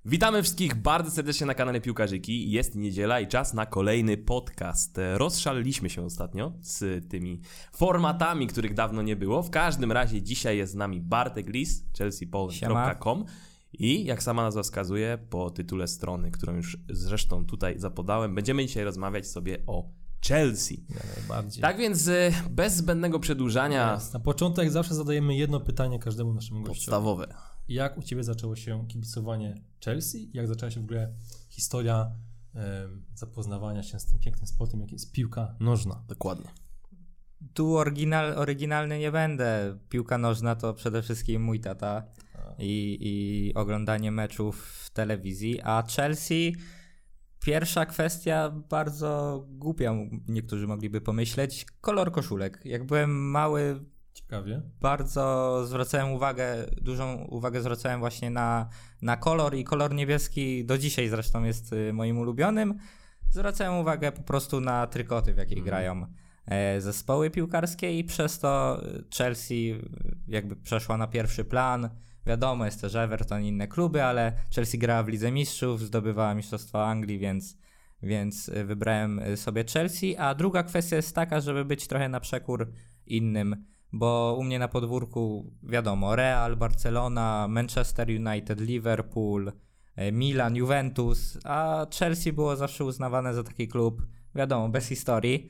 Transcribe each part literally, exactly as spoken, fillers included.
Witamy wszystkich bardzo serdecznie na kanale Piłkarzyki. Jest niedziela i czas na kolejny podcast. Rozszaleliśmy się ostatnio z tymi formatami, których dawno nie było. W każdym razie dzisiaj jest z nami Bartek Lis, chelsea poland kropka com i jak sama nazwa wskazuje, po tytule strony, którą już zresztą tutaj zapodałem, będziemy dzisiaj rozmawiać sobie o Chelsea. Ja najbardziej. Tak więc bez zbędnego przedłużania... Jest. Na początek zawsze zadajemy jedno pytanie każdemu naszemu gościowi. Podstawowe. Jak u Ciebie zaczęło się kibicowanie Chelsea? Jak zaczęła się w ogóle historia e, zapoznawania się z tym pięknym sportem, jak jest piłka nożna? Dokładnie. Tu oryginal, oryginalny nie będę. Piłka nożna to przede wszystkim mój tata i, i oglądanie meczów w telewizji, a Chelsea... Pierwsza kwestia, bardzo głupia, niektórzy mogliby pomyśleć, kolor koszulek. Jak byłem mały, ciekawie, bardzo zwracałem uwagę, dużą uwagę zwracałem właśnie na, na kolor i kolor niebieski do dzisiaj zresztą jest moim ulubionym. Zwracałem uwagę po prostu na trykoty, w jakiej mm. grają e, zespoły piłkarskie i przez to Chelsea jakby przeszła na pierwszy plan. Wiadomo, jest też Everton i inne kluby, ale Chelsea grała w Lidze Mistrzów, zdobywała Mistrzostwa Anglii, więc, więc wybrałem sobie Chelsea. A druga kwestia jest taka, żeby być trochę na przekór innym, bo u mnie na podwórku wiadomo, Real, Barcelona, Manchester United, Liverpool, Milan, Juventus, a Chelsea było zawsze uznawane za taki klub, wiadomo, bez historii.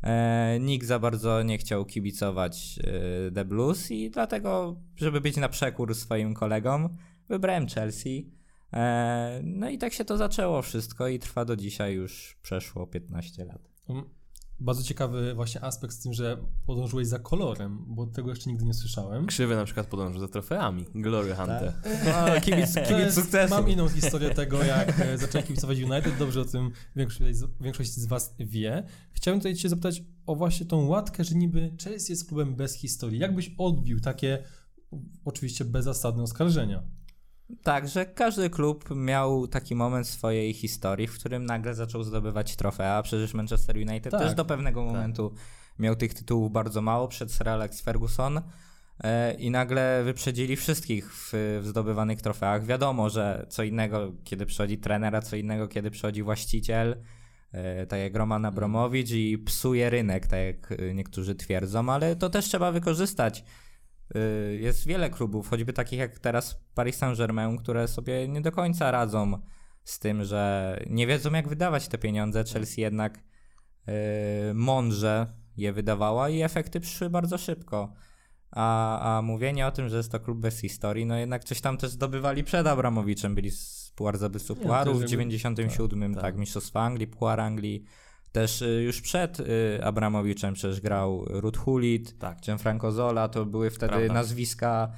E, nikt za bardzo nie chciał kibicować e, The Blues i dlatego, żeby być na przekór swoim kolegom, wybrałem Chelsea. E, no i tak się to zaczęło wszystko i trwa do dzisiaj, już przeszło piętnaście lat. Um, bardzo ciekawy właśnie aspekt z tym, że podążyłeś za kolorem, bo tego jeszcze nigdy nie słyszałem. Krzywy na przykład podążył za trofeami. Glory Hunter. Tak. Kibic, kibic sukcesu. Mam inną historię tego, jak zacząłem kibicować United. Dobrze o tym większość, większość z was wie. Chciałem tutaj cię zapytać o właśnie tą łatkę, że niby Chelsea jest klubem bez historii. Jak byś odbił takie, oczywiście bezzasadne oskarżenia? Tak, że każdy klub miał taki moment w swojej historii, w którym nagle zaczął zdobywać trofea. Przecież Manchester United tak. też do pewnego momentu tak. miał tych tytułów bardzo mało przed Sir Alex Ferguson e, i nagle wyprzedzili wszystkich w, w zdobywanych trofeach. Wiadomo, że co innego, kiedy przychodzi trener, a co innego, kiedy przychodzi właściciel, e, tak jak Roman Abramowicz i psuje rynek, tak jak niektórzy twierdzą, ale to też trzeba wykorzystać. Jest wiele klubów, choćby takich jak teraz Paris Saint-Germain, które sobie nie do końca radzą z tym, że nie wiedzą jak wydawać te pieniądze. Chelsea jednak yy, mądrze je wydawała i efekty przyszły bardzo szybko. A, a mówienie o tym, że jest to klub bez historii, no jednak coś tam też zdobywali przed Abramowiczem. Byli z Puchar Zdobywców Pucharów w dziewięćdziesiątym siódmym, tak, tak, Mistrzostwa Anglii, Puchar Anglii. Też y, już przed y, Abramowiczem przecież grał Ruud Gullit, tak. Gianfranco Zola, to były wtedy Prawda. nazwiska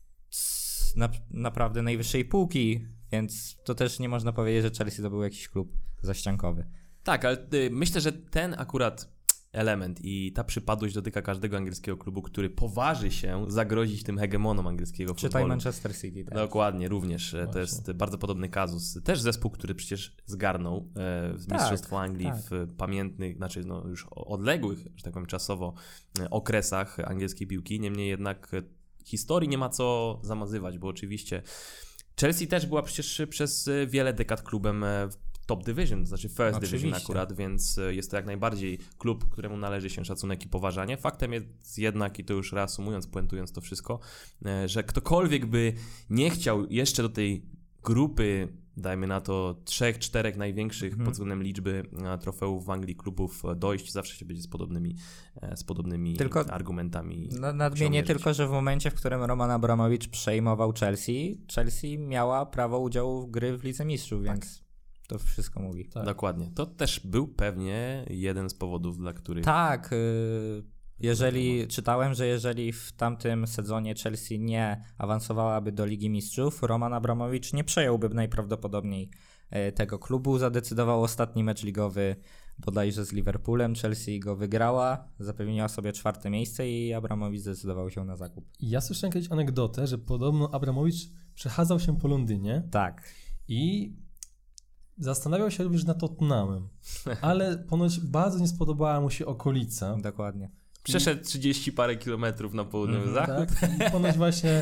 z na, naprawdę najwyższej półki, więc to też nie można powiedzieć, że Chelsea to był jakiś klub zaściankowy. Tak, ale y, myślę, że ten akurat element i ta przypadłość dotyka każdego angielskiego klubu, który poważy się zagrozić tym hegemonom angielskiego futbolu. Czytaj Manchester City. Tak. Dokładnie, również. Właśnie. To jest bardzo podobny kazus. Też zespół, który przecież zgarnął e, z Mistrzostwo tak, Anglii tak. w pamiętnych, znaczy no już odległych, że tak powiem czasowo, e, okresach angielskiej piłki. Niemniej jednak e, historii nie ma co zamazywać, bo oczywiście Chelsea też była przecież przez wiele dekad klubem e, Top Division, to znaczy First Oczywiście. Division akurat, więc jest to jak najbardziej klub, któremu należy się szacunek i poważanie. Faktem jest jednak, i to już reasumując, puentując to wszystko, że ktokolwiek by nie chciał jeszcze do tej grupy, dajmy na to trzech, czterech największych hmm. pod względem liczby trofeów w Anglii klubów dojść, zawsze się będzie z podobnymi, z podobnymi tylko argumentami. No, nadmienię tylko, że w momencie, w którym Roman Abramowicz przejmował Chelsea, Chelsea miała prawo udziału w gry w Lidze Mistrzów, tak. więc to wszystko mówi. Tak. Dokładnie. To też był pewnie jeden z powodów, dla których... Tak. Yy, jeżeli czytałem, że jeżeli w tamtym sezonie Chelsea nie awansowałaby do Ligi Mistrzów, Roman Abramowicz nie przejąłby najprawdopodobniej yy, tego klubu. Zadecydował ostatni mecz ligowy bodajże z Liverpoolem. Chelsea go wygrała, zapewniła sobie czwarte miejsce i Abramowicz zdecydował się na zakup. Ja słyszałem kiedyś anegdotę, że podobno Abramowicz przechadzał się po Londynie. Tak. I zastanawiał się również nad Tottenhamem, ale ponoć bardzo nie spodobała mu się okolica. Dokładnie. Przeszedł trzydzieści parę kilometrów na południowy mm, zachód. Tak. I ponoć właśnie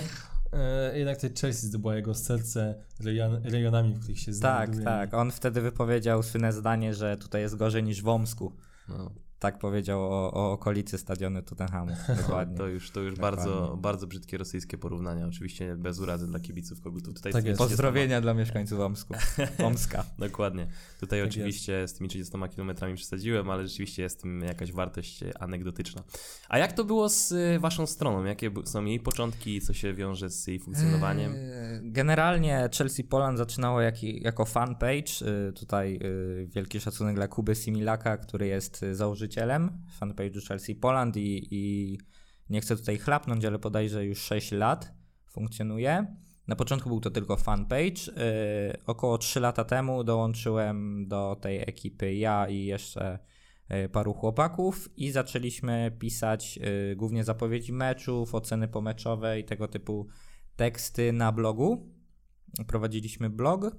E, jednak tej Chelsea zdobyła jego serce rejon, rejonami, w których się znajduje. Tak, tak. On wtedy wypowiedział słynne zdanie, że tutaj jest gorzej niż w Omsku. No. Tak powiedział o, o okolicy stadionu Tottenhamu. Dokładnie. To już, to już bardzo, bardzo brzydkie rosyjskie porównania. Oczywiście bez urazy dla kibiców Kogutów. Tutaj tak jest. Pozdrowienia dla mieszkańców Omsku. Omska. Dokładnie. Tutaj tak oczywiście jest. z tymi trzydziestoma kilometrami przesadziłem, ale rzeczywiście jest w tym jakaś wartość anegdotyczna. A jak to było z waszą stroną? Jakie są jej początki? Co się wiąże z jej funkcjonowaniem? Generalnie Chelsea Poland zaczynało jak, jako fanpage. Tutaj wielki szacunek dla Kuby Similaka, który jest założycielem fanpage'u Chelsea Poland i, i nie chcę tutaj chlapnąć, ale bodajże już sześć lat funkcjonuje. Na początku był to tylko fanpage. Yy, około trzy lata temu dołączyłem do tej ekipy ja i jeszcze yy, paru chłopaków i zaczęliśmy pisać yy, głównie zapowiedzi meczów, oceny pomeczowe i tego typu teksty na blogu. Prowadziliśmy blog.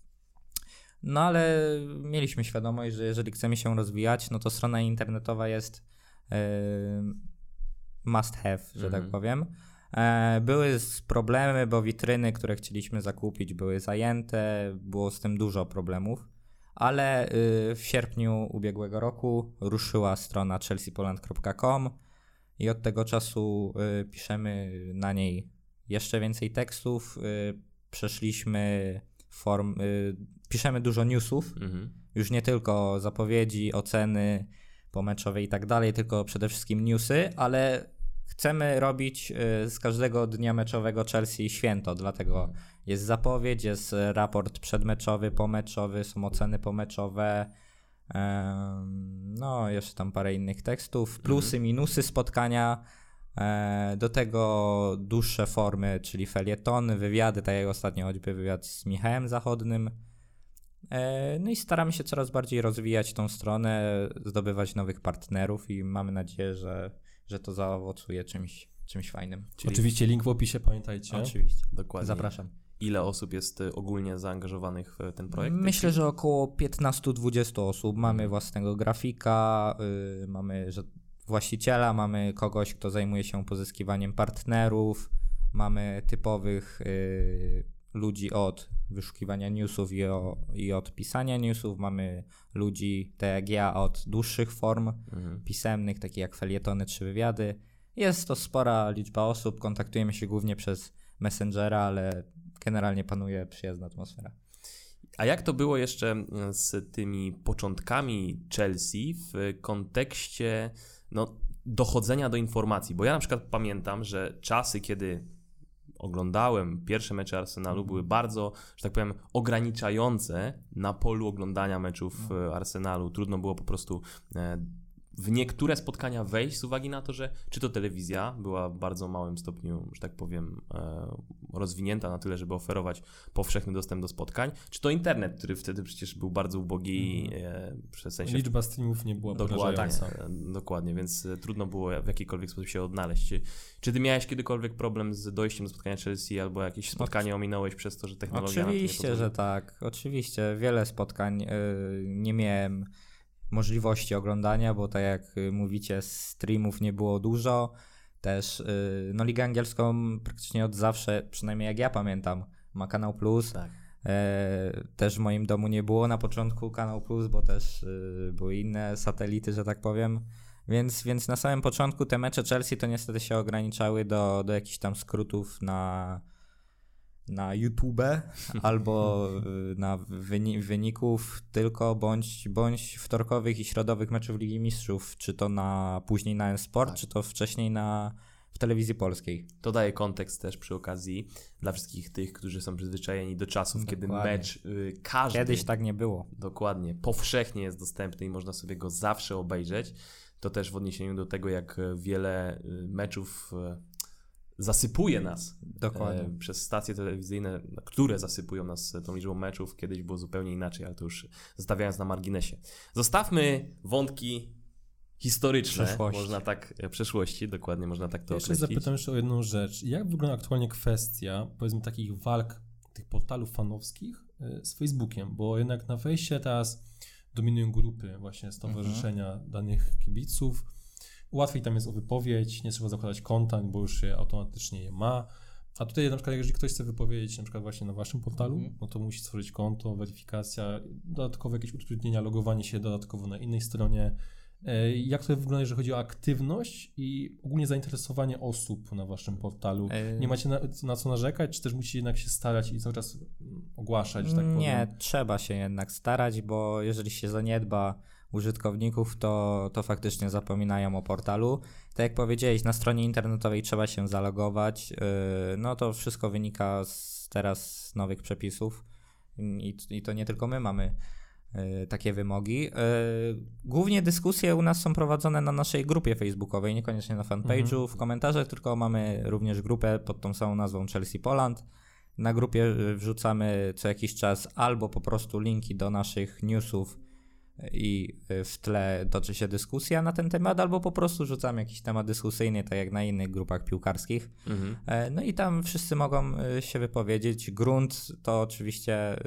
No ale mieliśmy świadomość, że jeżeli chcemy się rozwijać, no to strona internetowa jest yy, must have, że mhm. tak powiem. E, były problemy, bo witryny, które chcieliśmy zakupić, były zajęte, było z tym dużo problemów, ale yy, w sierpniu ubiegłego roku ruszyła strona chelsea poland kropka com i od tego czasu yy, piszemy na niej jeszcze więcej tekstów, yy, przeszliśmy form, yy, piszemy dużo newsów, mhm. już nie tylko zapowiedzi, oceny pomeczowe i tak dalej, tylko przede wszystkim newsy, ale chcemy robić y, z każdego dnia meczowego Chelsea święto, dlatego mhm. jest zapowiedź, jest raport przedmeczowy, pomeczowy, są oceny pomeczowe, ym, no jeszcze tam parę innych tekstów, plusy, mhm. minusy spotkania, y, do tego dłuższe formy, czyli felietony, wywiady, tak jak ostatnio choćby wywiad z Michałem Zachodnym. No i staramy się coraz bardziej rozwijać tą stronę, zdobywać nowych partnerów i mamy nadzieję, że, że to zaowocuje czymś, czymś fajnym. Czyli oczywiście link w opisie, pamiętajcie. Oczywiście, dokładnie. Zapraszam. Ile osób jest ogólnie zaangażowanych w ten projekt? Myślę, że około piętnaście do dwudziestu osób. Mamy własnego grafika, yy, mamy że właściciela, mamy kogoś, kto zajmuje się pozyskiwaniem partnerów, mamy typowych yy, ludzi od wyszukiwania newsów i, o, i od pisania newsów. Mamy ludzi, tak jak ja, od dłuższych form mhm. pisemnych, takich jak felietony czy wywiady. Jest to spora liczba osób, kontaktujemy się głównie przez Messengera, ale generalnie panuje przyjazna atmosfera. A jak to było jeszcze z tymi początkami Chelsea w kontekście no, dochodzenia do informacji? Bo ja na przykład pamiętam, że czasy, kiedy oglądałem pierwsze mecze Arsenalu, były bardzo, że tak powiem, ograniczające na polu oglądania meczów Arsenalu. Trudno było po prostu w niektóre spotkania wejść z uwagi na to, że czy to telewizja była w bardzo małym stopniu, że tak powiem, rozwinięta na tyle, żeby oferować powszechny dostęp do spotkań, czy to internet, który wtedy przecież był bardzo ubogi mm. przez sensie... Liczba streamów nie była porażająca. Dokładnie, więc trudno było w jakikolwiek sposób się odnaleźć. Czy, czy ty miałeś kiedykolwiek problem z dojściem do spotkania Chelsea, albo jakieś spotkanie ominąłeś przez to, że technologia... Oczywiście, że tak. Oczywiście. Wiele spotkań yy, nie miałem możliwości oglądania, bo tak jak mówicie, streamów nie było dużo. Też yy, no Ligę Angielską praktycznie od zawsze, przynajmniej jak ja pamiętam, ma Kanał Plus. Tak. Yy, też w moim domu nie było na początku Kanał Plus, bo też yy, były inne satelity, że tak powiem. Więc, więc na samym początku te mecze Chelsea to niestety się ograniczały do, do jakichś tam skrótów na na YouTube albo na wyni- wyników tylko bądź, bądź wtorkowych i środowych meczów Ligi Mistrzów, czy to na później na M-Sport, tak. czy to wcześniej na w telewizji polskiej. To daje kontekst też przy okazji dla wszystkich tych, którzy są przyzwyczajeni do czasów, dokładnie. Kiedy mecz y, każdy... Kiedyś tak nie było. Dokładnie. Powszechnie jest dostępny i można sobie go zawsze obejrzeć. To też w odniesieniu do tego, jak wiele meczów zasypuje nas dokładnie. przez stacje telewizyjne, które zasypują nas tą liczbą meczów. Kiedyś było zupełnie inaczej, ale to już zostawiając na marginesie. Zostawmy wątki historyczne, przeszłości. Można tak, przeszłości, dokładnie można tak to jeszcze określić. Zapytam jeszcze o jedną rzecz. Jak wygląda aktualnie kwestia, powiedzmy, takich walk tych portalów fanowskich z Facebookiem? Bo jednak na fejsie teraz dominują grupy właśnie stowarzyszenia mhm. danych kibiców. Łatwiej tam jest o wypowiedź, nie trzeba zakładać konta, bo już się automatycznie je ma. A tutaj na przykład, jeżeli ktoś chce wypowiedzieć na przykład właśnie na waszym portalu, Mhm. no to musi stworzyć konto, weryfikacja, dodatkowe jakieś utrudnienia, logowanie się dodatkowo na innej stronie. E, Jak to wygląda, jeżeli chodzi o aktywność i ogólnie zainteresowanie osób na waszym portalu? E, Nie macie na, na co narzekać, czy też musicie jednak się starać i cały czas ogłaszać, że tak powiem? Nie, trzeba się jednak starać, bo jeżeli się zaniedba użytkowników, to, to faktycznie zapominają o portalu. Tak jak powiedziałeś, na stronie internetowej trzeba się zalogować. Yy, no to wszystko wynika z teraz z nowych przepisów i, i to nie tylko my mamy yy, takie wymogi. Yy, głównie dyskusje u nas są prowadzone na naszej grupie facebookowej, niekoniecznie na fanpage'u, Mhm. w komentarzach, tylko mamy również grupę pod tą samą nazwą Chelsea Poland. Na grupie wrzucamy co jakiś czas albo po prostu linki do naszych newsów i w tle toczy się dyskusja na ten temat, albo po prostu rzucamy jakiś temat dyskusyjny, tak jak na innych grupach piłkarskich. Mhm. No i tam wszyscy mogą się wypowiedzieć. Grunt to oczywiście,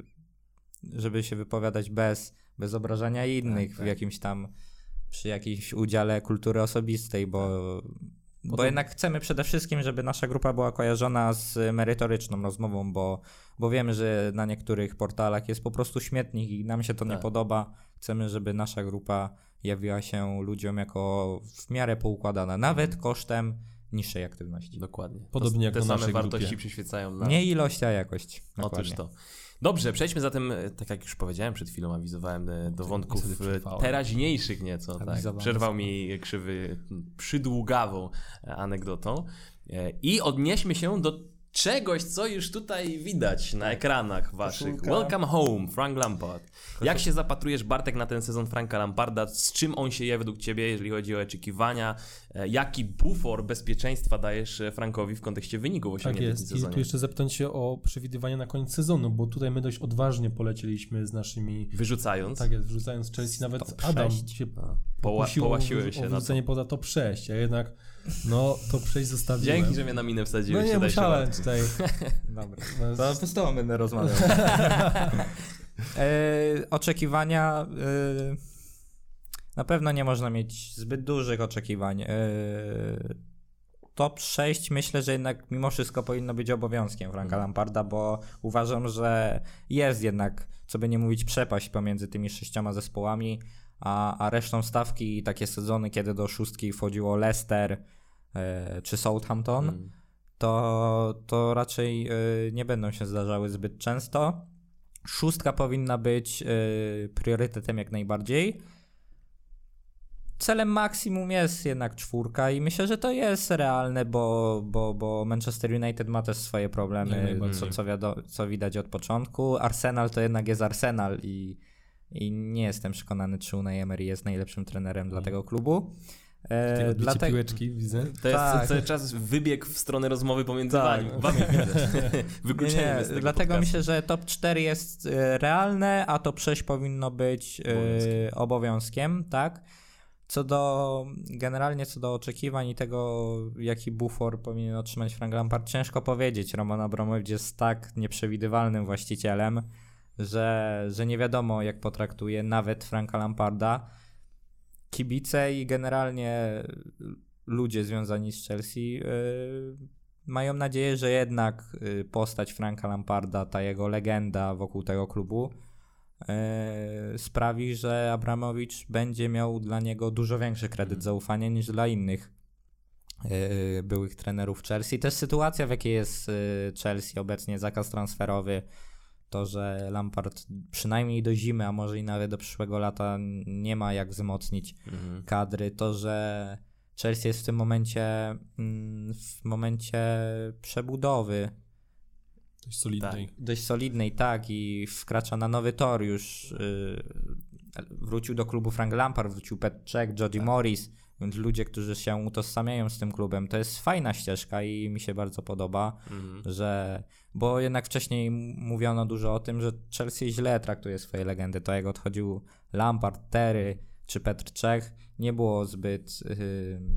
żeby się wypowiadać bez, bez obrażania innych, tak, tak. w jakimś tam, przy jakimś udziale kultury osobistej, bo Bo Potem- jednak chcemy przede wszystkim, żeby nasza grupa była kojarzona z merytoryczną rozmową, bo, bo wiemy, że na niektórych portalach jest po prostu śmietnik i nam się to nie Tak. podoba. Chcemy, żeby nasza grupa jawiła się ludziom jako w miarę poukładana, nawet kosztem niższej aktywności. Dokładnie. Podobnie to, jak te na same naszej wartości grupie. przyświecają na... Nie ilość, a jakość. Otóż Dokładnie. to. Dobrze, przejdźmy zatem, e, tak jak już powiedziałem przed chwilą, awizowałem e, do Ty wątków sobie e, przerwałem. teraźniejszych nieco. Tak. Awizowałem Przerwał sobie. mi krzywy m, przydługawą e, anegdotą. E, I odnieśmy się do czegoś, co już tutaj widać na ekranach waszych. Koszulka. Welcome home, Frank Lampard. Jak się zapatrujesz, Bartek, na ten sezon Franka Lamparda? Z czym on się je według ciebie, jeżeli chodzi o oczekiwania? E, Jaki bufor bezpieczeństwa dajesz e, Frankowi w kontekście wyników Tak osiągniętych w tym jest. I sezonie? tu jeszcze zapytać się o przewidywania na koniec sezonu, bo tutaj my dość odważnie polecieliśmy z naszymi... Wyrzucając? Tak jest, wrzucając Chelsea. Nawet Top Adam sześć. się A, Poła, pokusił o połasiłem wyrzu- się o na to. wrzucenie poza top sześć, a jednak no top sześć zostawiłem. Dzięki, że mnie na minę wsadziłeś. No nie, daj się musiałem radę. tutaj. Dobra. No, To z tobą będę rozmawiał. e, oczekiwania. E, na pewno nie można mieć zbyt dużych oczekiwań. E, top sześć myślę, że jednak mimo wszystko powinno być obowiązkiem Franka Lamparda, bo uważam, że jest jednak, co by nie mówić, przepaść pomiędzy tymi sześcioma zespołami, a, a resztą stawki, takie sezony, kiedy do szóstki wchodziło Leicester e, czy Southampton, Mm. to, to raczej y, nie będą się zdarzały zbyt często. Szóstka powinna być y, priorytetem jak najbardziej. Celem maksimum jest jednak czwórka i myślę, że to jest realne, bo, bo, bo Manchester United ma też swoje Jak problemy, najbardziej. co, co, wiado- co widać od początku. Arsenal to jednak jest Arsenal i, i nie jestem przekonany, czy Unai Emery jest najlepszym trenerem dla tego klubu. E, Takie odbicie dlatego- piłeczki widzę. To jest Tak. cały czas wybieg w stronę rozmowy pomiędzy Tak. wami. wami widzę. Nie, Wykluczenie nie, z tego dlatego podcastu. myślę, że top cztery jest e, realne, a top sześć powinno być e, Obowiązkiem. obowiązkiem, tak? Co do, generalnie co do oczekiwań i tego, jaki bufor powinien otrzymać Frank Lampard, ciężko powiedzieć. Roman Abramovich jest tak nieprzewidywalnym właścicielem, że, że nie wiadomo, jak potraktuje nawet Franka Lamparda. Kibice i generalnie ludzie związani z Chelsea yy, mają nadzieję, że jednak yy, postać Franka Lamparda, ta jego legenda wokół tego klubu yy, sprawi, że Abramowicz będzie miał dla niego dużo większy kredyt zaufania niż dla innych yy, byłych trenerów Chelsea. Też sytuacja, w jakiej jest yy, Chelsea obecnie, zakaz transferowy, to, że Lampard przynajmniej do zimy, a może i nawet do przyszłego lata nie ma jak wzmocnić Mhm. kadry, to, że Chelsea jest w tym momencie mm, w momencie przebudowy Dość solidnej. dość solidnej, tak, i wkracza na nowy tor już. Yy, wrócił do klubu Frank Lampard, wrócił Petr Cech, Jody Morris, więc ludzie, którzy się utożsamiają z tym klubem. To jest fajna ścieżka i mi się bardzo podoba, Mhm. że, bo jednak wcześniej m- mówiono dużo o tym, że Chelsea źle traktuje swoje legendy. To jak odchodził Lampard, Terry czy Petr Cech, nie było zbyt, yy,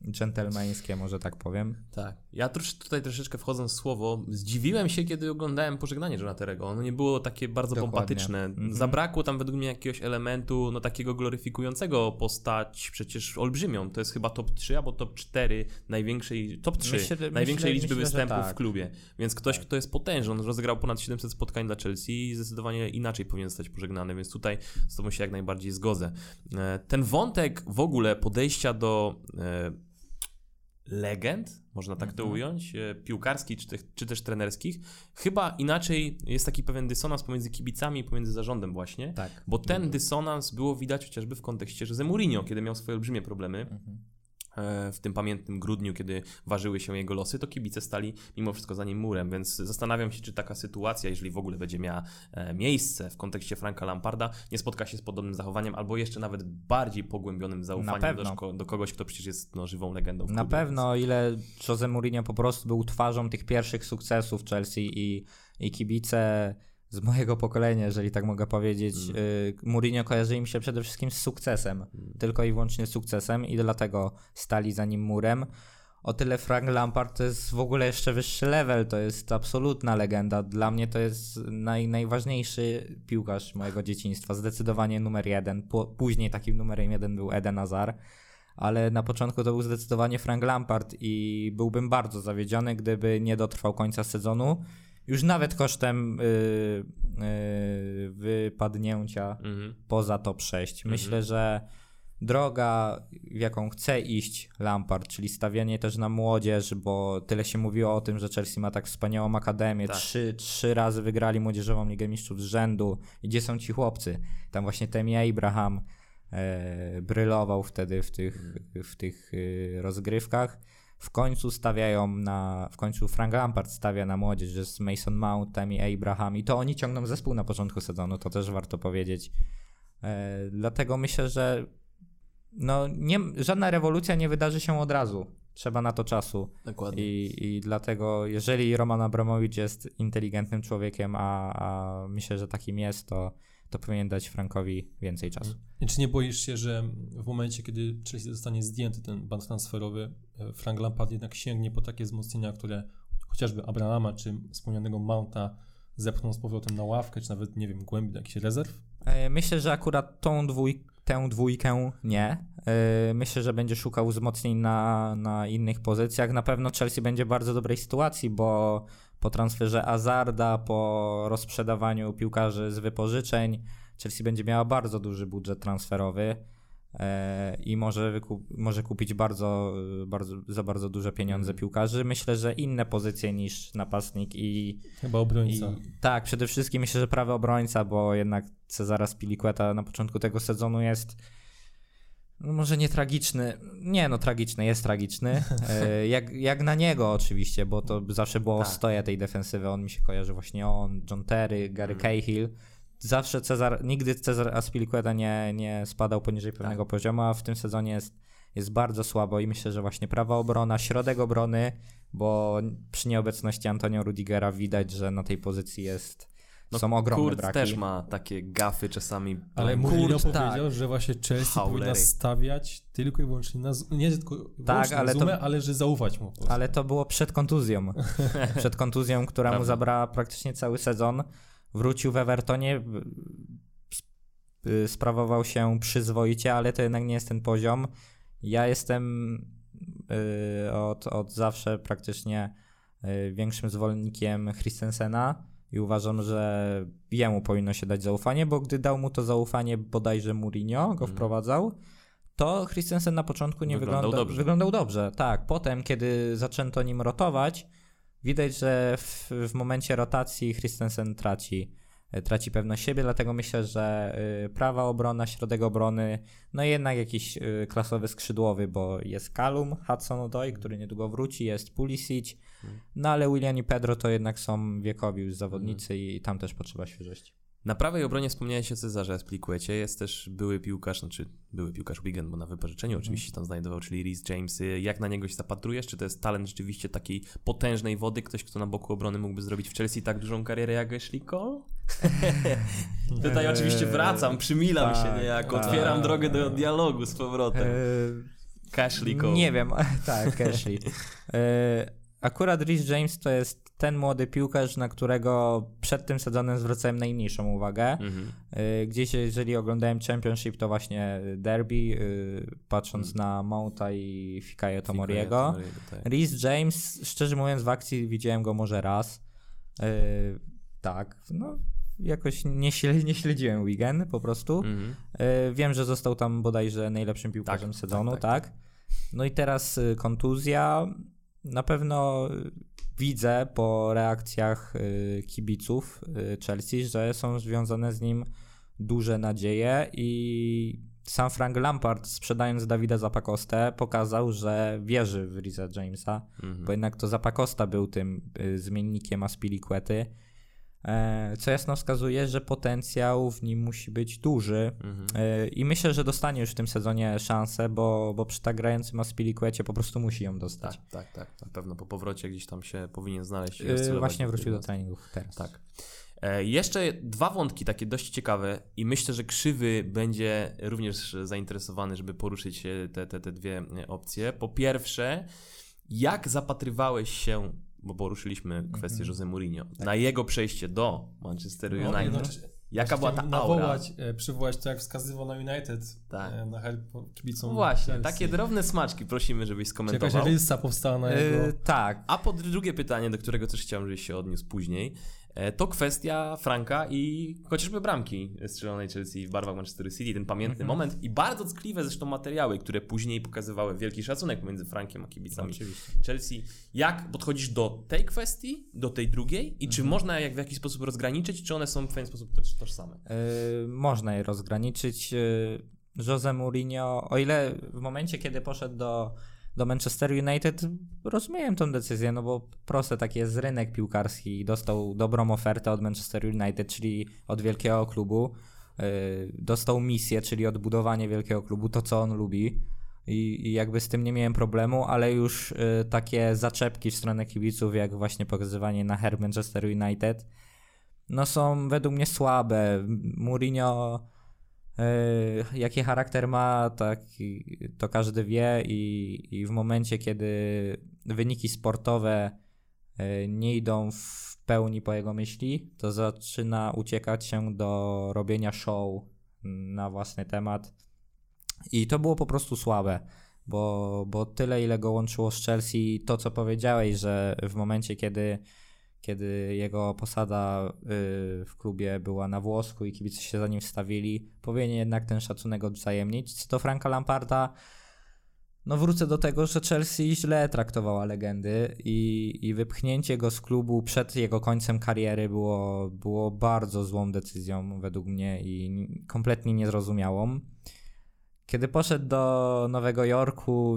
dżentelmeńskie, może tak powiem. Tak. Ja trosz, tutaj troszeczkę wchodząc w słowo, zdziwiłem się, kiedy oglądałem pożegnanie Johna Terry'ego. Ono nie było takie bardzo Dokładnie. pompatyczne. Mhm. Zabrakło tam według mnie jakiegoś elementu, no takiego gloryfikującego postać przecież olbrzymią. To jest chyba top trzy albo top cztery największej, top trzy Myślę, największej myślę, liczby myślę, występów tak. w klubie. Więc ktoś, kto jest potężny, on rozegrał ponad siedemset spotkań dla Chelsea i zdecydowanie inaczej powinien zostać pożegnany, więc tutaj z tobą się jak najbardziej zgodzę. Ten wątek w ogóle podejścia do legend, można tak to ująć, piłkarskich czy, czy też trenerskich, chyba inaczej jest taki pewien dysonans pomiędzy kibicami i pomiędzy zarządem właśnie, Tak. bo ten dysonans było widać chociażby w kontekście Jose Mourinho, kiedy miał swoje olbrzymie problemy. Mhm. W tym pamiętnym grudniu, kiedy ważyły się jego losy, to kibice stali mimo wszystko za nim murem, więc zastanawiam się, czy taka sytuacja, jeżeli w ogóle będzie miała miejsce w kontekście Franka Lamparda, nie spotka się z podobnym zachowaniem, albo jeszcze nawet bardziej pogłębionym zaufaniem do, do kogoś, kto przecież jest no, żywą legendą w klubie. Na pewno, o ile Jose Mourinho po prostu był twarzą tych pierwszych sukcesów Chelsea i, i kibice z mojego pokolenia, jeżeli tak mogę powiedzieć, mm. y, Mourinho kojarzy im się przede wszystkim z sukcesem, mm. tylko i wyłącznie z sukcesem i dlatego stali za nim murem. O tyle Frank Lampard to jest w ogóle jeszcze wyższy level, to jest absolutna legenda. Dla mnie to jest naj, najważniejszy piłkarz mojego dzieciństwa, zdecydowanie numer jeden. Po, później takim numerem jeden był Eden Hazard, ale na początku to był zdecydowanie Frank Lampard i byłbym bardzo zawiedziony, gdyby nie dotrwał końca sezonu. Już nawet kosztem yy, yy, wypadnięcia mm-hmm. poza top sześć. Myślę, mm-hmm. że droga, w jaką chce iść Lampard, czyli stawianie też na młodzież, bo tyle się mówiło o tym, że Chelsea ma tak wspaniałą akademię. Tak. Trzy, trzy razy wygrali Młodzieżową Ligę Mistrzów z rzędu. I gdzie są ci chłopcy? Tam właśnie Tammy Abraham e, brylował wtedy w tych, mm. w tych e, rozgrywkach. W końcu stawiają na, w końcu Frank Lampard stawia na młodzież, że jest Mason Mount, Tammy Abraham i to oni ciągną zespół na początku sezonu, to też warto powiedzieć. E, dlatego myślę, że no nie, żadna rewolucja nie wydarzy się od razu. Trzeba na to czasu. Dokładnie. I, i dlatego, jeżeli Roman Abramowicz jest inteligentnym człowiekiem, a, a myślę, że takim jest, to, to powinien dać Frankowi więcej czasu. I czy nie boisz się, że w momencie, kiedy Chelsea zostanie zdjęty ten ban transferowy, Frank Lampard jednak sięgnie po takie wzmocnienia, które chociażby Abrahama czy wspomnianego Mounta zepchną z powrotem na ławkę, czy nawet, nie wiem, głębi do jakichś rezerw? Myślę, że akurat tą dwój, tę dwójkę nie. Myślę, że będzie szukał wzmocnień na, na innych pozycjach. Na pewno Chelsea będzie w bardzo dobrej sytuacji, bo po transferze Hazarda, po rozprzedawaniu piłkarzy z wypożyczeń, Chelsea będzie miała bardzo duży budżet transferowy e, i może, wykup, może kupić bardzo, bardzo, za bardzo duże pieniądze mm. piłkarzy. Myślę, że inne pozycje niż napastnik i... Chyba obrońca. I, tak, przede wszystkim myślę, że prawy obrońca, bo jednak Cezara Azpilicueta na początku tego sezonu jest no może nie tragiczny, nie no tragiczny, jest tragiczny, e, jak, jak na niego oczywiście, bo to zawsze było tak. Stoja tej defensywy, on mi się kojarzy właśnie on, John Terry, Gary mm. Cahill. Zawsze Cezar, nigdy Cezar Azpilicueta nie, nie spadał poniżej pewnego tak. poziomu, a w tym sezonie jest, jest bardzo słabo i myślę, że właśnie prawa obrona, środek obrony, bo przy nieobecności Antonio Rudigera widać, że na tej pozycji jest, no, są ogromne Kurt braki. też ma takie gafy czasami. Ale Mourinho powiedział, tak. że właśnie Chelsea Haulery. powinna stawiać tylko i wyłącznie na, nie tylko tak, na ale Zumę, to, ale że zaufać mu. Ale to było przed kontuzją. Przed kontuzją, która mu zabrała praktycznie cały sezon. Wrócił w Evertonie, sprawował się przyzwoicie, ale to jednak nie jest ten poziom. Ja jestem yy, od, od zawsze praktycznie yy, większym zwolennikiem Christensena i uważam, że jemu powinno się dać zaufanie, bo gdy dał mu to zaufanie bodajże Mourinho, go wprowadzał, to Christensen na początku nie wyglądał, wygląda, dobrze. wyglądał dobrze. Tak, potem kiedy zaczęto nim rotować, widać, że w, w momencie rotacji Christensen traci, traci pewność siebie, dlatego myślę, że y, prawa obrona, środek obrony, no i jednak jakiś y, klasowy skrzydłowy, bo jest Callum Hudson-Odoi, który niedługo wróci, jest Pulisic, hmm. no ale Willian i Pedro to jednak są wiekowi już zawodnicy hmm. i tam też potrzeba świeżości. Na prawej obronie wspomniałeś o Cezarze Azpilicuecie, jest też były piłkarz, znaczy były piłkarz Wigan, bo na wypożyczeniu mm. oczywiście tam znajdował, czyli Reece James. Jak na niego się zapatrujesz? Czy to jest talent rzeczywiście takiej potężnej wody? Ktoś, kto na boku obrony mógłby zrobić w Chelsea tak dużą karierę jak Ashley Cole? Tutaj oczywiście wracam, przymilam tak, się niejako, tak. otwieram drogę do dialogu z powrotem. Cashley Cole. Nie wiem, tak, Cashley. Akurat Reece James to jest ten młody piłkarz, na którego przed tym sezonem zwracałem najmniejszą uwagę. Mhm. Gdzieś, jeżeli oglądałem Championship, to właśnie Derby, patrząc mhm. na Mounta i Fikayo Tomoriego. Tak. Reece James, szczerze mówiąc, w akcji widziałem go może raz. Tak, no jakoś nie, śledzi, nie śledziłem Wigan po prostu. Mhm. Wiem, że został tam bodajże najlepszym piłkarzem tak, sezonu, tak, tak, tak. No i teraz kontuzja. Na pewno widzę po reakcjach kibiców Chelsea, że są związane z nim duże nadzieje i sam Frank Lampard, sprzedając Davida Zapakostę, pokazał, że wierzy w Reece'a Jamesa, mhm. bo jednak to Zapacosta był tym zmiennikiem Azpilicuety, co jasno wskazuje, że potencjał w nim musi być duży mhm. i myślę, że dostanie już w tym sezonie szansę, bo, bo przy tak grającym Azpilicuecie po prostu musi ją dostać. Tak, tak, tak. Na pewno po powrocie gdzieś tam się powinien znaleźć. Yy, właśnie wrócił do treningów teraz. Tak. E, jeszcze dwa wątki takie dość ciekawe i myślę, że Krzywy będzie również zainteresowany, żeby poruszyć te, te, te dwie opcje. Po pierwsze, jak zapatrywałeś się, bo poruszyliśmy kwestię mm-hmm. Jose Mourinho, tak. na jego przejście do Manchesteru no, United. No, Jaka była ta aura? Nawołać, e, przywołać to, jak wskazywał na United, tak. e, na help kibicom. No właśnie, Chelsea. Takie drobne smaczki prosimy, żebyś skomentował. Czy jakaś rylsa powstała na jego... Yy, tak. A po drugie pytanie, do którego też chciałem, żebyś się odniósł później, e, to kwestia Franka i chociażby bramki strzelonej Chelsea w barwach Manchesteru City, ten pamiętny mm-hmm. moment i bardzo ckliwe zresztą materiały, które później pokazywały wielki szacunek między Frankiem a kibicami Oczywiście. Chelsea. Jak podchodzisz do tej kwestii, do tej drugiej i mm-hmm. czy można jak w jakiś sposób rozgraniczyć, czy one są w pewien sposób tożsame? Yy, można je rozgraniczyć. Yy, Jose Mourinho, o ile w momencie, kiedy poszedł do, do Manchester United, rozumiem tą decyzję, no bo proste, taki jest rynek piłkarski i dostał dobrą ofertę od Manchester United, czyli od wielkiego klubu. Yy, dostał misję, czyli odbudowanie wielkiego klubu, to co on lubi. I, i jakby z tym nie miałem problemu, ale już y, takie zaczepki w stronę kibiców, jak właśnie pokazywanie na herb Manchester United, no są według mnie słabe. Mourinho y, jaki charakter ma, tak, to każdy wie i, i w momencie, kiedy wyniki sportowe y, nie idą w pełni po jego myśli, to zaczyna uciekać się do robienia show na własny temat. I to było po prostu słabe, bo, bo tyle, ile go łączyło z Chelsea, to co powiedziałeś, że w momencie, kiedy, kiedy jego posada y, w klubie była na włosku i kibice się za nim wstawili, powinien jednak ten szacunek odwzajemnić. Co do Franka Lamparda, no wrócę do tego, że Chelsea źle traktowała legendy i, i wypchnięcie go z klubu przed jego końcem kariery było, było bardzo złą decyzją według mnie i kompletnie niezrozumiałą. Kiedy poszedł do Nowego Jorku,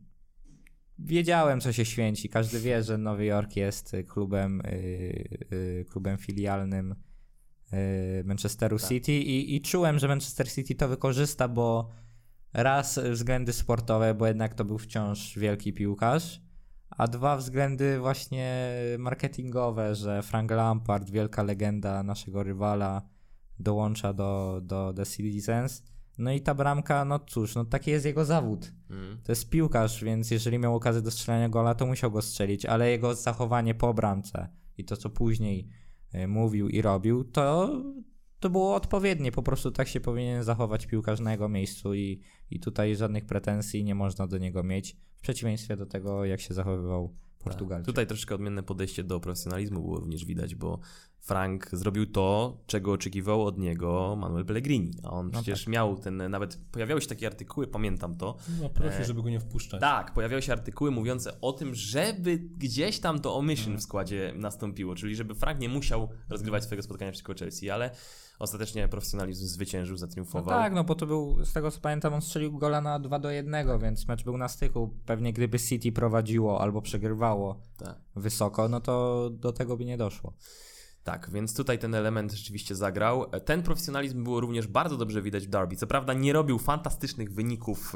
wiedziałem, co się święci. Każdy wie, że Nowy Jork jest klubem, yy, yy, klubem filialnym yy, Manchesteru tak. City i, i czułem, że Manchester City to wykorzysta, bo raz względy sportowe, bo jednak to był wciąż wielki piłkarz, a dwa względy właśnie marketingowe, że Frank Lampard, wielka legenda naszego rywala, dołącza do, do The Citizens. No i ta bramka, no cóż, no taki jest jego zawód. Mm. To jest piłkarz, więc jeżeli miał okazję do strzelania gola, to musiał go strzelić, ale jego zachowanie po bramce i to, co później y, mówił i robił, to, to było odpowiednie. Po prostu tak się powinien zachować piłkarz na jego miejscu i, i tutaj żadnych pretensji nie można do niego mieć, w przeciwieństwie do tego, jak się zachowywał Portugalczyk. Tutaj troszeczkę odmienne podejście do profesjonalizmu było również widać, bo Frank zrobił to, czego oczekiwał od niego Manuel Pellegrini, a on no przecież tak. miał ten, nawet pojawiały się takie artykuły, pamiętam to. No profi, żeby go nie wpuszczać. Tak, pojawiały się artykuły mówiące o tym, żeby gdzieś tam to omission hmm. w składzie nastąpiło, czyli żeby Frank nie musiał rozgrywać swojego spotkania przeciwko Chelsea, ale ostatecznie profesjonalizm zwyciężył, zatriumfował. No tak, no bo to był, z tego co pamiętam, on strzelił gola na dwa do jednego, więc mecz był na styku. Pewnie gdyby City prowadziło albo przegrywało tak. wysoko, no to do tego by nie doszło. Tak, więc tutaj ten element rzeczywiście zagrał. Ten profesjonalizm było również bardzo dobrze widać w Derby. Co prawda nie robił fantastycznych wyników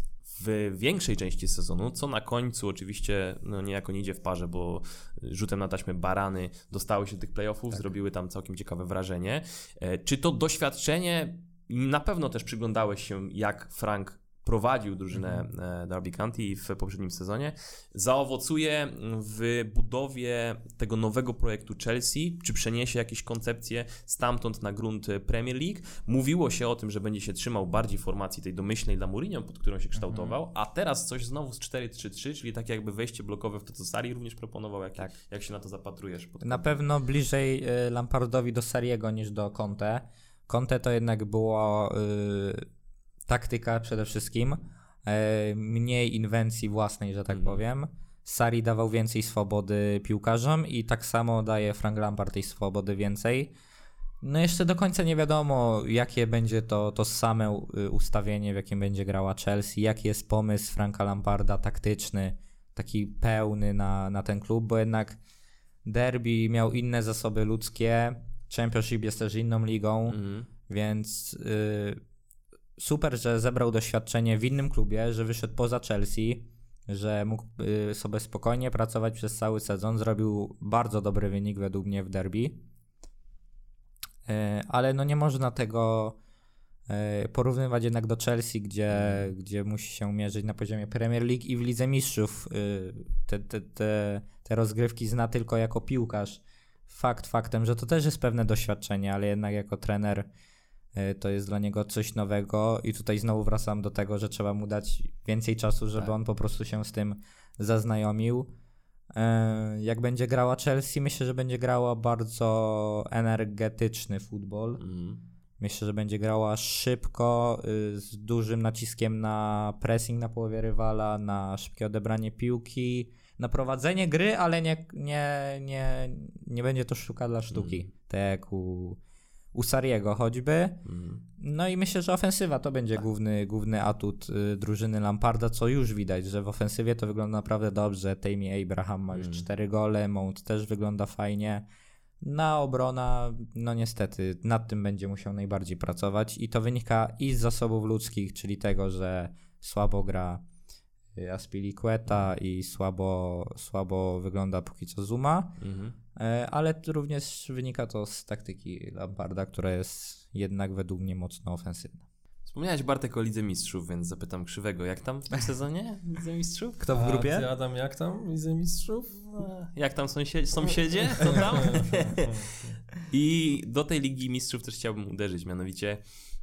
w większej części sezonu, co na końcu oczywiście no niejako nie idzie w parze, bo rzutem na taśmę Barany dostały się do tych playoffów, tak. zrobiły tam całkiem ciekawe wrażenie. Czy to doświadczenie, na pewno też przyglądałeś się, jak Frank prowadził drużynę mhm. Derby County w poprzednim sezonie, zaowocuje w budowie tego nowego projektu Chelsea, czy przeniesie jakieś koncepcje stamtąd na grunt Premier League. Mówiło się o tym, że będzie się trzymał bardziej formacji tej domyślnej dla Mourinho, pod którą się kształtował, mhm. a teraz coś znowu z cztery trzy trzy, czyli takie jakby wejście blokowe w to, co Sarri również proponował. Jak, tak. jak się na to zapatrujesz? Na pewno bliżej Lampardowi do Sarriego niż do Conte. Conte to jednak było yy, taktyka przede wszystkim, yy, mniej inwencji własnej, że tak mm. powiem. Sarri dawał więcej swobody piłkarzom i tak samo daje Frank Lampard tej swobody więcej. No jeszcze do końca nie wiadomo, jakie będzie to, to same ustawienie, w jakim będzie grała Chelsea, jaki jest pomysł Franka Lamparda taktyczny, taki pełny na, na ten klub, bo jednak Derby miał inne zasoby ludzkie, Championship jest też inną ligą, mm. więc y, super, że zebrał doświadczenie w innym klubie, że wyszedł poza Chelsea, że mógł y, sobie spokojnie pracować przez cały sezon, zrobił bardzo dobry wynik według mnie w Derby, y, ale no nie można tego y, porównywać jednak do Chelsea, gdzie, mm. gdzie musi się mierzyć na poziomie Premier League i w Lidze Mistrzów y, te, te, te, te rozgrywki zna tylko jako piłkarz. Fakt faktem, że to też jest pewne doświadczenie, ale jednak jako trener y, to jest dla niego coś nowego i tutaj znowu wracam do tego, że trzeba mu dać więcej czasu, żeby tak. on po prostu się z tym zaznajomił. Y, jak będzie grała Chelsea, myślę, że będzie grała bardzo energetyczny futbol. Mm. Myślę, że będzie grała szybko, y, z dużym naciskiem na pressing na połowie rywala, na szybkie odebranie piłki, na prowadzenie gry, ale nie, nie, nie, nie będzie to sztuka dla sztuki, mm. tak jak u, u Sarriego choćby. Mm. No i myślę, że ofensywa to będzie tak. główny, główny atut y, drużyny Lamparda, co już widać, że w ofensywie to wygląda naprawdę dobrze. Tammy Abraham ma już mm. cztery gole, Mount też wygląda fajnie. Na obrona, no niestety, nad tym będzie musiał najbardziej pracować i to wynika i z zasobów ludzkich, czyli tego, że słabo gra Azpilicueta i słabo, słabo wygląda póki co Zuma, mhm. ale również wynika to z taktyki Lamparda, która jest jednak według mnie mocno ofensywna. Wspomniałeś, Bartek, o Lidze Mistrzów, więc zapytam Krzywego, jak tam w tym sezonie Lidze Mistrzów? Kto w grupie? A ty, Adam, jak tam Lidze Mistrzów? No, jak tam sąsiedzi? Sąsiedzie? Co tam? I do tej Ligi Mistrzów też chciałbym uderzyć, mianowicie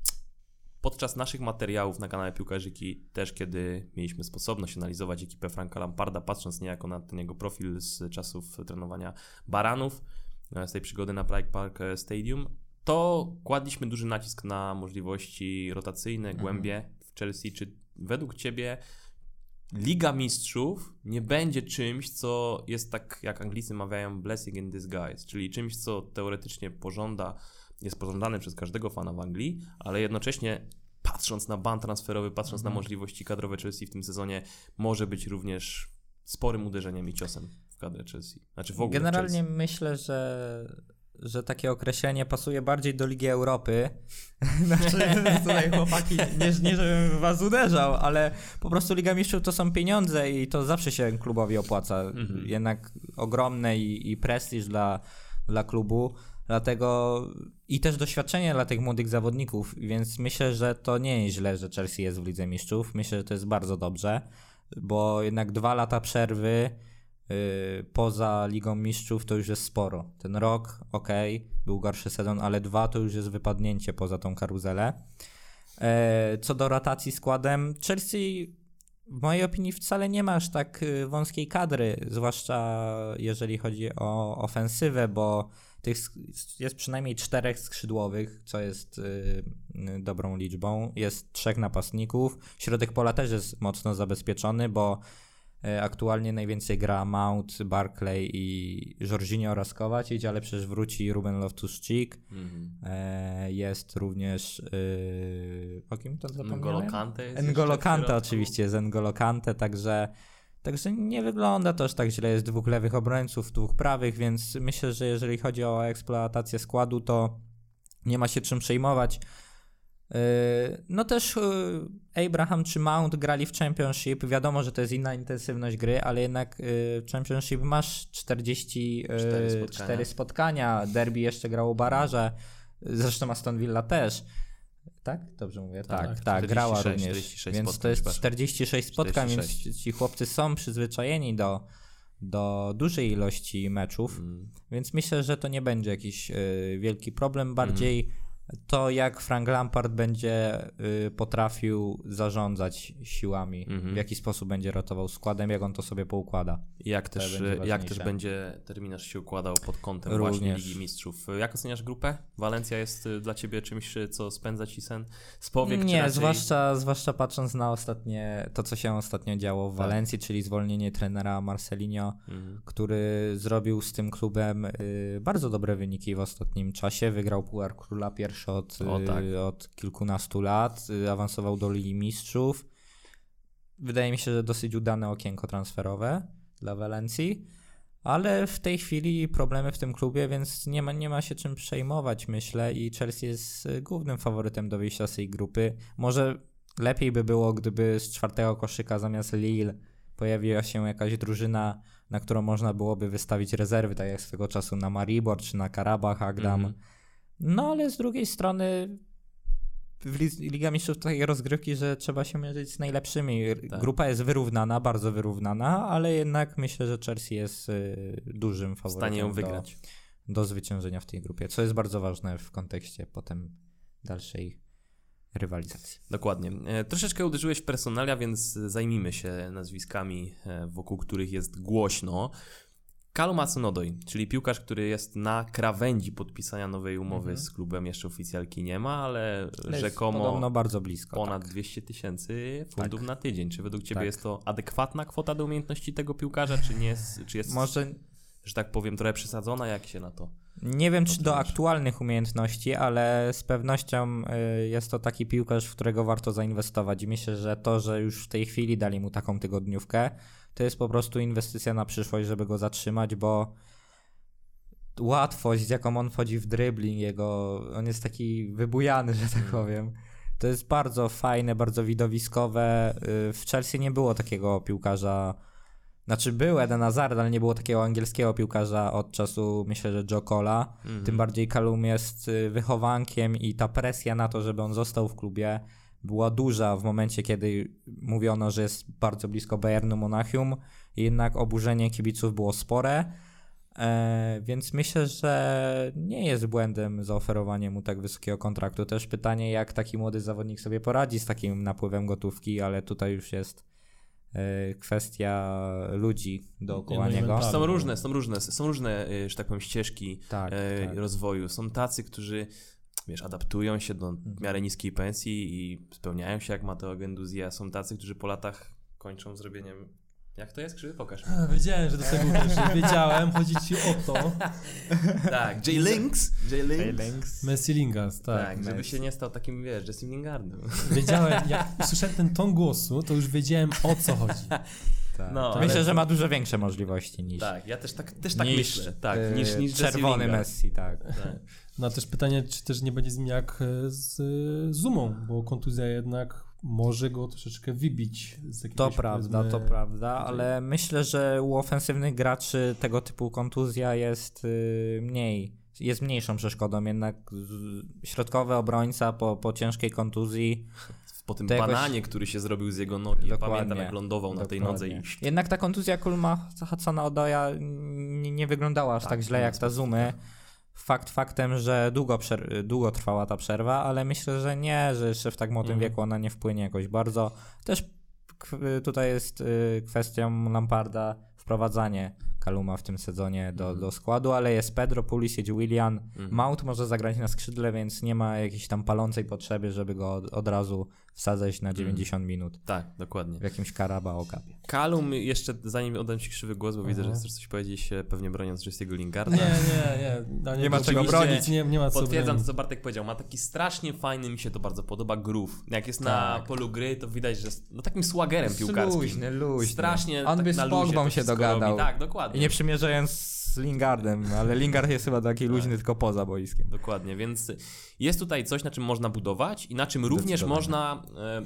podczas naszych materiałów na kanale Piłkarzyki, też kiedy mieliśmy sposobność analizować ekipę Franka Lamparda, patrząc niejako na ten jego profil z czasów trenowania Baranów, z tej przygody na Pride Park Stadium, to kładliśmy duży nacisk na możliwości rotacyjne, mhm. głębie w Chelsea. Czy według Ciebie Liga Mistrzów nie będzie czymś, co jest tak, jak Anglicy mawiają, blessing in disguise, czyli czymś, co teoretycznie pożąda, jest pożądane przez każdego fana w Anglii, ale jednocześnie patrząc na ban transferowy, patrząc mhm. na możliwości kadrowe Chelsea w tym sezonie, może być również sporym uderzeniem i ciosem w kadrę Chelsea. Znaczy w ogóle Generalnie Chelsea. myślę, że że takie określenie pasuje bardziej do Ligi Europy. Znaczy, tutaj chłopaki, nie, nie żebym was uderzał, ale po prostu Liga Mistrzów to są pieniądze i to zawsze się klubowi opłaca. Mm-hmm. Jednak ogromne i, i prestiż dla, dla klubu, dlatego i też doświadczenie dla tych młodych zawodników, więc myślę, że to nie jest źle, że Chelsea jest w Lidze Mistrzów. Myślę, że to jest bardzo dobrze, bo jednak dwa lata przerwy Yy, poza Ligą Mistrzów to już jest sporo. Ten rok, okej, okay, był gorszy sezon, ale dwa to już jest wypadnięcie poza tą karuzelę. Yy, co do rotacji składem, Chelsea w mojej opinii wcale nie ma aż tak yy, wąskiej kadry, zwłaszcza jeżeli chodzi o ofensywę, bo tych jest przynajmniej czterech skrzydłowych, co jest yy, dobrą liczbą. Jest trzech napastników. Środek pola też jest mocno zabezpieczony, bo aktualnie najwięcej gra Mount, Barkley i Jorginho oraz Kovacic, ale przecież wróci Ruben Loftus-Cheek. Mm-hmm. E, jest również yy, o kim to zapomniałem? N'Golo Kante jest N'Golo Kante oczywiście, jest N'Golo Kante, także, także nie wygląda to aż tak źle. Jest dwóch lewych obrońców, dwóch prawych, więc myślę, że jeżeli chodzi o eksploatację składu, to nie ma się czym przejmować. No też Abraham czy Mount grali w Championship. Wiadomo, że to jest inna intensywność gry, ale jednak w Championship masz czterdzieści cztery spotkania. cztery spotkania. Derby jeszcze grało baraże. Zresztą Aston Villa też. Tak? Dobrze mówię? Tak, Tak, tak, grała również. czterdzieści sześć Więc spotkań, to jest przepraszam. czterdzieści sześć spotkań, czterdzieści sześć. więc ci chłopcy są przyzwyczajeni do, do dużej ilości meczów, Mm. więc myślę, że to nie będzie jakiś y, wielki problem. Bardziej mm. to, jak Frank Lampard będzie y, potrafił zarządzać siłami, Mm-hmm. w jaki sposób będzie rotował składem, jak on to sobie poukłada. Jak też, będzie jak też ważniejsze. będzie terminarz się układał pod kątem Również. właśnie Ligi Mistrzów. Jak oceniasz grupę? Walencja jest y, dla ciebie czymś, co spędza ci sen z powiek? czy Nie, raczej... zwłaszcza, zwłaszcza patrząc na ostatnie, to co się ostatnio działo w Tak. Walencji, czyli zwolnienie trenera Marcelinho, Mhm. który zrobił z tym klubem y, bardzo dobre wyniki w ostatnim czasie. Wygrał Puchar Króla pierwszy od, O, tak. y, od kilkunastu lat, y, awansował do Ligi Mistrzów. Wydaje mi się, że dosyć udane okienko transferowe dla Walencji, ale w tej chwili problemy w tym klubie, więc nie ma, nie ma się czym przejmować, myślę, i Chelsea jest y, głównym faworytem do wyjścia z tej grupy. Może lepiej by było, gdyby z czwartego koszyka zamiast Lille pojawiła się jakaś drużyna, na którą można byłoby wystawić rezerwy, tak jak swego czasu na Maribor czy na Karabach Agdam. Mhm. No ale z drugiej strony w Lig- Liga Mistrzów to takie rozgrywki, że trzeba się mierzyć z najlepszymi. Tak. Grupa jest wyrównana, bardzo wyrównana, ale jednak myślę, że Chelsea jest y, dużym W faworytem stanie ją do, wygrać. do zwyciężenia w tej grupie, co jest bardzo ważne w kontekście potem dalszej rywalizacji. Dokładnie. E, troszeczkę uderzyłeś w personalia, więc zajmijmy się nazwiskami, e, wokół których jest głośno. Callum Hudson-Odoi, czyli piłkarz, który jest na krawędzi podpisania nowej umowy Mhm. z klubem, jeszcze oficjalki nie ma, ale, Ale jest rzekomo podobno bardzo blisko. ponad tak. dwieście tysięcy funtów Tak. na tydzień. Czy według ciebie Tak. jest to adekwatna kwota do umiejętności tego piłkarza, czy nie jest, czy jest Może że tak powiem, trochę przesadzona? Jak się na to? nie wiem, czy do Patrzysz. aktualnych umiejętności, ale z pewnością y, jest to taki piłkarz, w którego warto zainwestować. I myślę, że to, że już w tej chwili dali mu taką tygodniówkę, to jest po prostu inwestycja na przyszłość, żeby go zatrzymać, bo łatwość, z jaką on wchodzi w dribbling, jego, on jest taki wybujany, że tak powiem. To jest bardzo fajne, bardzo widowiskowe. Y, W Chelsea nie było takiego piłkarza. Znaczy był Eden Hazard, ale nie było takiego angielskiego piłkarza od czasu, myślę, że Joe Cola. Mhm. Tym bardziej Callum jest y, wychowankiem i ta presja na to, żeby on został w klubie, była duża w momencie, kiedy mówiono, że jest bardzo blisko Bayernu Monachium. Jednak oburzenie kibiców było spore. E, więc myślę, że nie jest błędem zaoferowanie mu tak wysokiego kontraktu. Też pytanie, jak taki młody zawodnik sobie poradzi z takim napływem gotówki, ale tutaj już jest e, kwestia ludzi dookoła Nie, no i niego. mentalnie. Są różne, są różne, są różne, y, że tak powiem, ścieżki Tak, e, tak. rozwoju. Są tacy, którzy, wiesz, adaptują się do w miarę niskiej pensji i spełniają się jak Matteo Guendouzi, a są tacy, którzy po latach kończą zrobieniem... Jak to jest, Krzywy? Pokaż mi. A, wiedziałem, że do tego uderzy. Wiedziałem, chodzi ci o to. Tak, Jay Links. Jay Links. Messi Lingard, tak. Tak, żeby Messi. się nie stał takim, wiesz, Jessim Lingardem. Wiedziałem, jak usłyszałem ten ton głosu, to już wiedziałem, o co chodzi. Tak. No, Myślę, ale- że ma dużo większe możliwości niż, Tak, ja też tak, też tak niż, myślę. Tak, e, niż, niż Jesse czerwony Lingard. Messi, tak. Tak. No też pytanie, czy też nie będzie z nim jak e, z e, Zumą, bo kontuzja jednak może go troszeczkę wybić z jakiegoś, To prawda, powiedzmy, to prawda, ale myślę, że u ofensywnych graczy tego typu kontuzja jest y, mniej, jest mniejszą przeszkodą, jednak z- środkowy obrońca po, po ciężkiej kontuzji Po tym To jakoś- bananie, który się zrobił z jego nogi. Dokładnie. Pamiętam, jak lądował na tej nodze i... Jednak ta kontuzja Kulma Hudson-Odoia nie, nie wyglądała aż tak, Tak, źle nie jak ta Zumy. Fakt faktem, że długo, przer- długo trwała ta przerwa, ale myślę, że nie, że jeszcze w tak młodym Mhm. wieku ona nie wpłynie jakoś bardzo. Też k- tutaj jest y, kwestią Lamparda wprowadzanie Calluma w tym sezonie do, Mhm. do składu, ale jest Pedro, Pulisic, Willian, Mhm. Mount może zagrać na skrzydle, więc nie ma jakiejś tam palącej potrzeby, żeby go od, od razu wsadzać na dziewięćdziesiąt minut Tak, dokładnie. w jakimś Carabao Cupie. Callum, jeszcze zanim oddam ci krzywy głos, bo widzę, że Aha. chcesz coś powiedzieć, e, pewnie broniąc Jesse'ego Lingarda. Nie, nie, nie. No, Nie ma bo czego oczywiście bronić. Nie, nie ma co Potwierdzam bronić. to, co Bartek powiedział. Ma taki strasznie fajny, mi się to bardzo podoba, groove. Jak jest na Tak. polu gry, to widać, że jest no, takim słagerem piłkarskim. Luźny, luźny. Strasznie On tak by na z luzie Pogbą to się wszystko dogadał. robi. Tak, dokładnie. I nie przymierzając z Lingardem, ale Lingard jest chyba taki luźny tylko poza boiskiem. Dokładnie, więc jest tutaj coś, na czym można budować i na czym również Zdecydowanie. można e,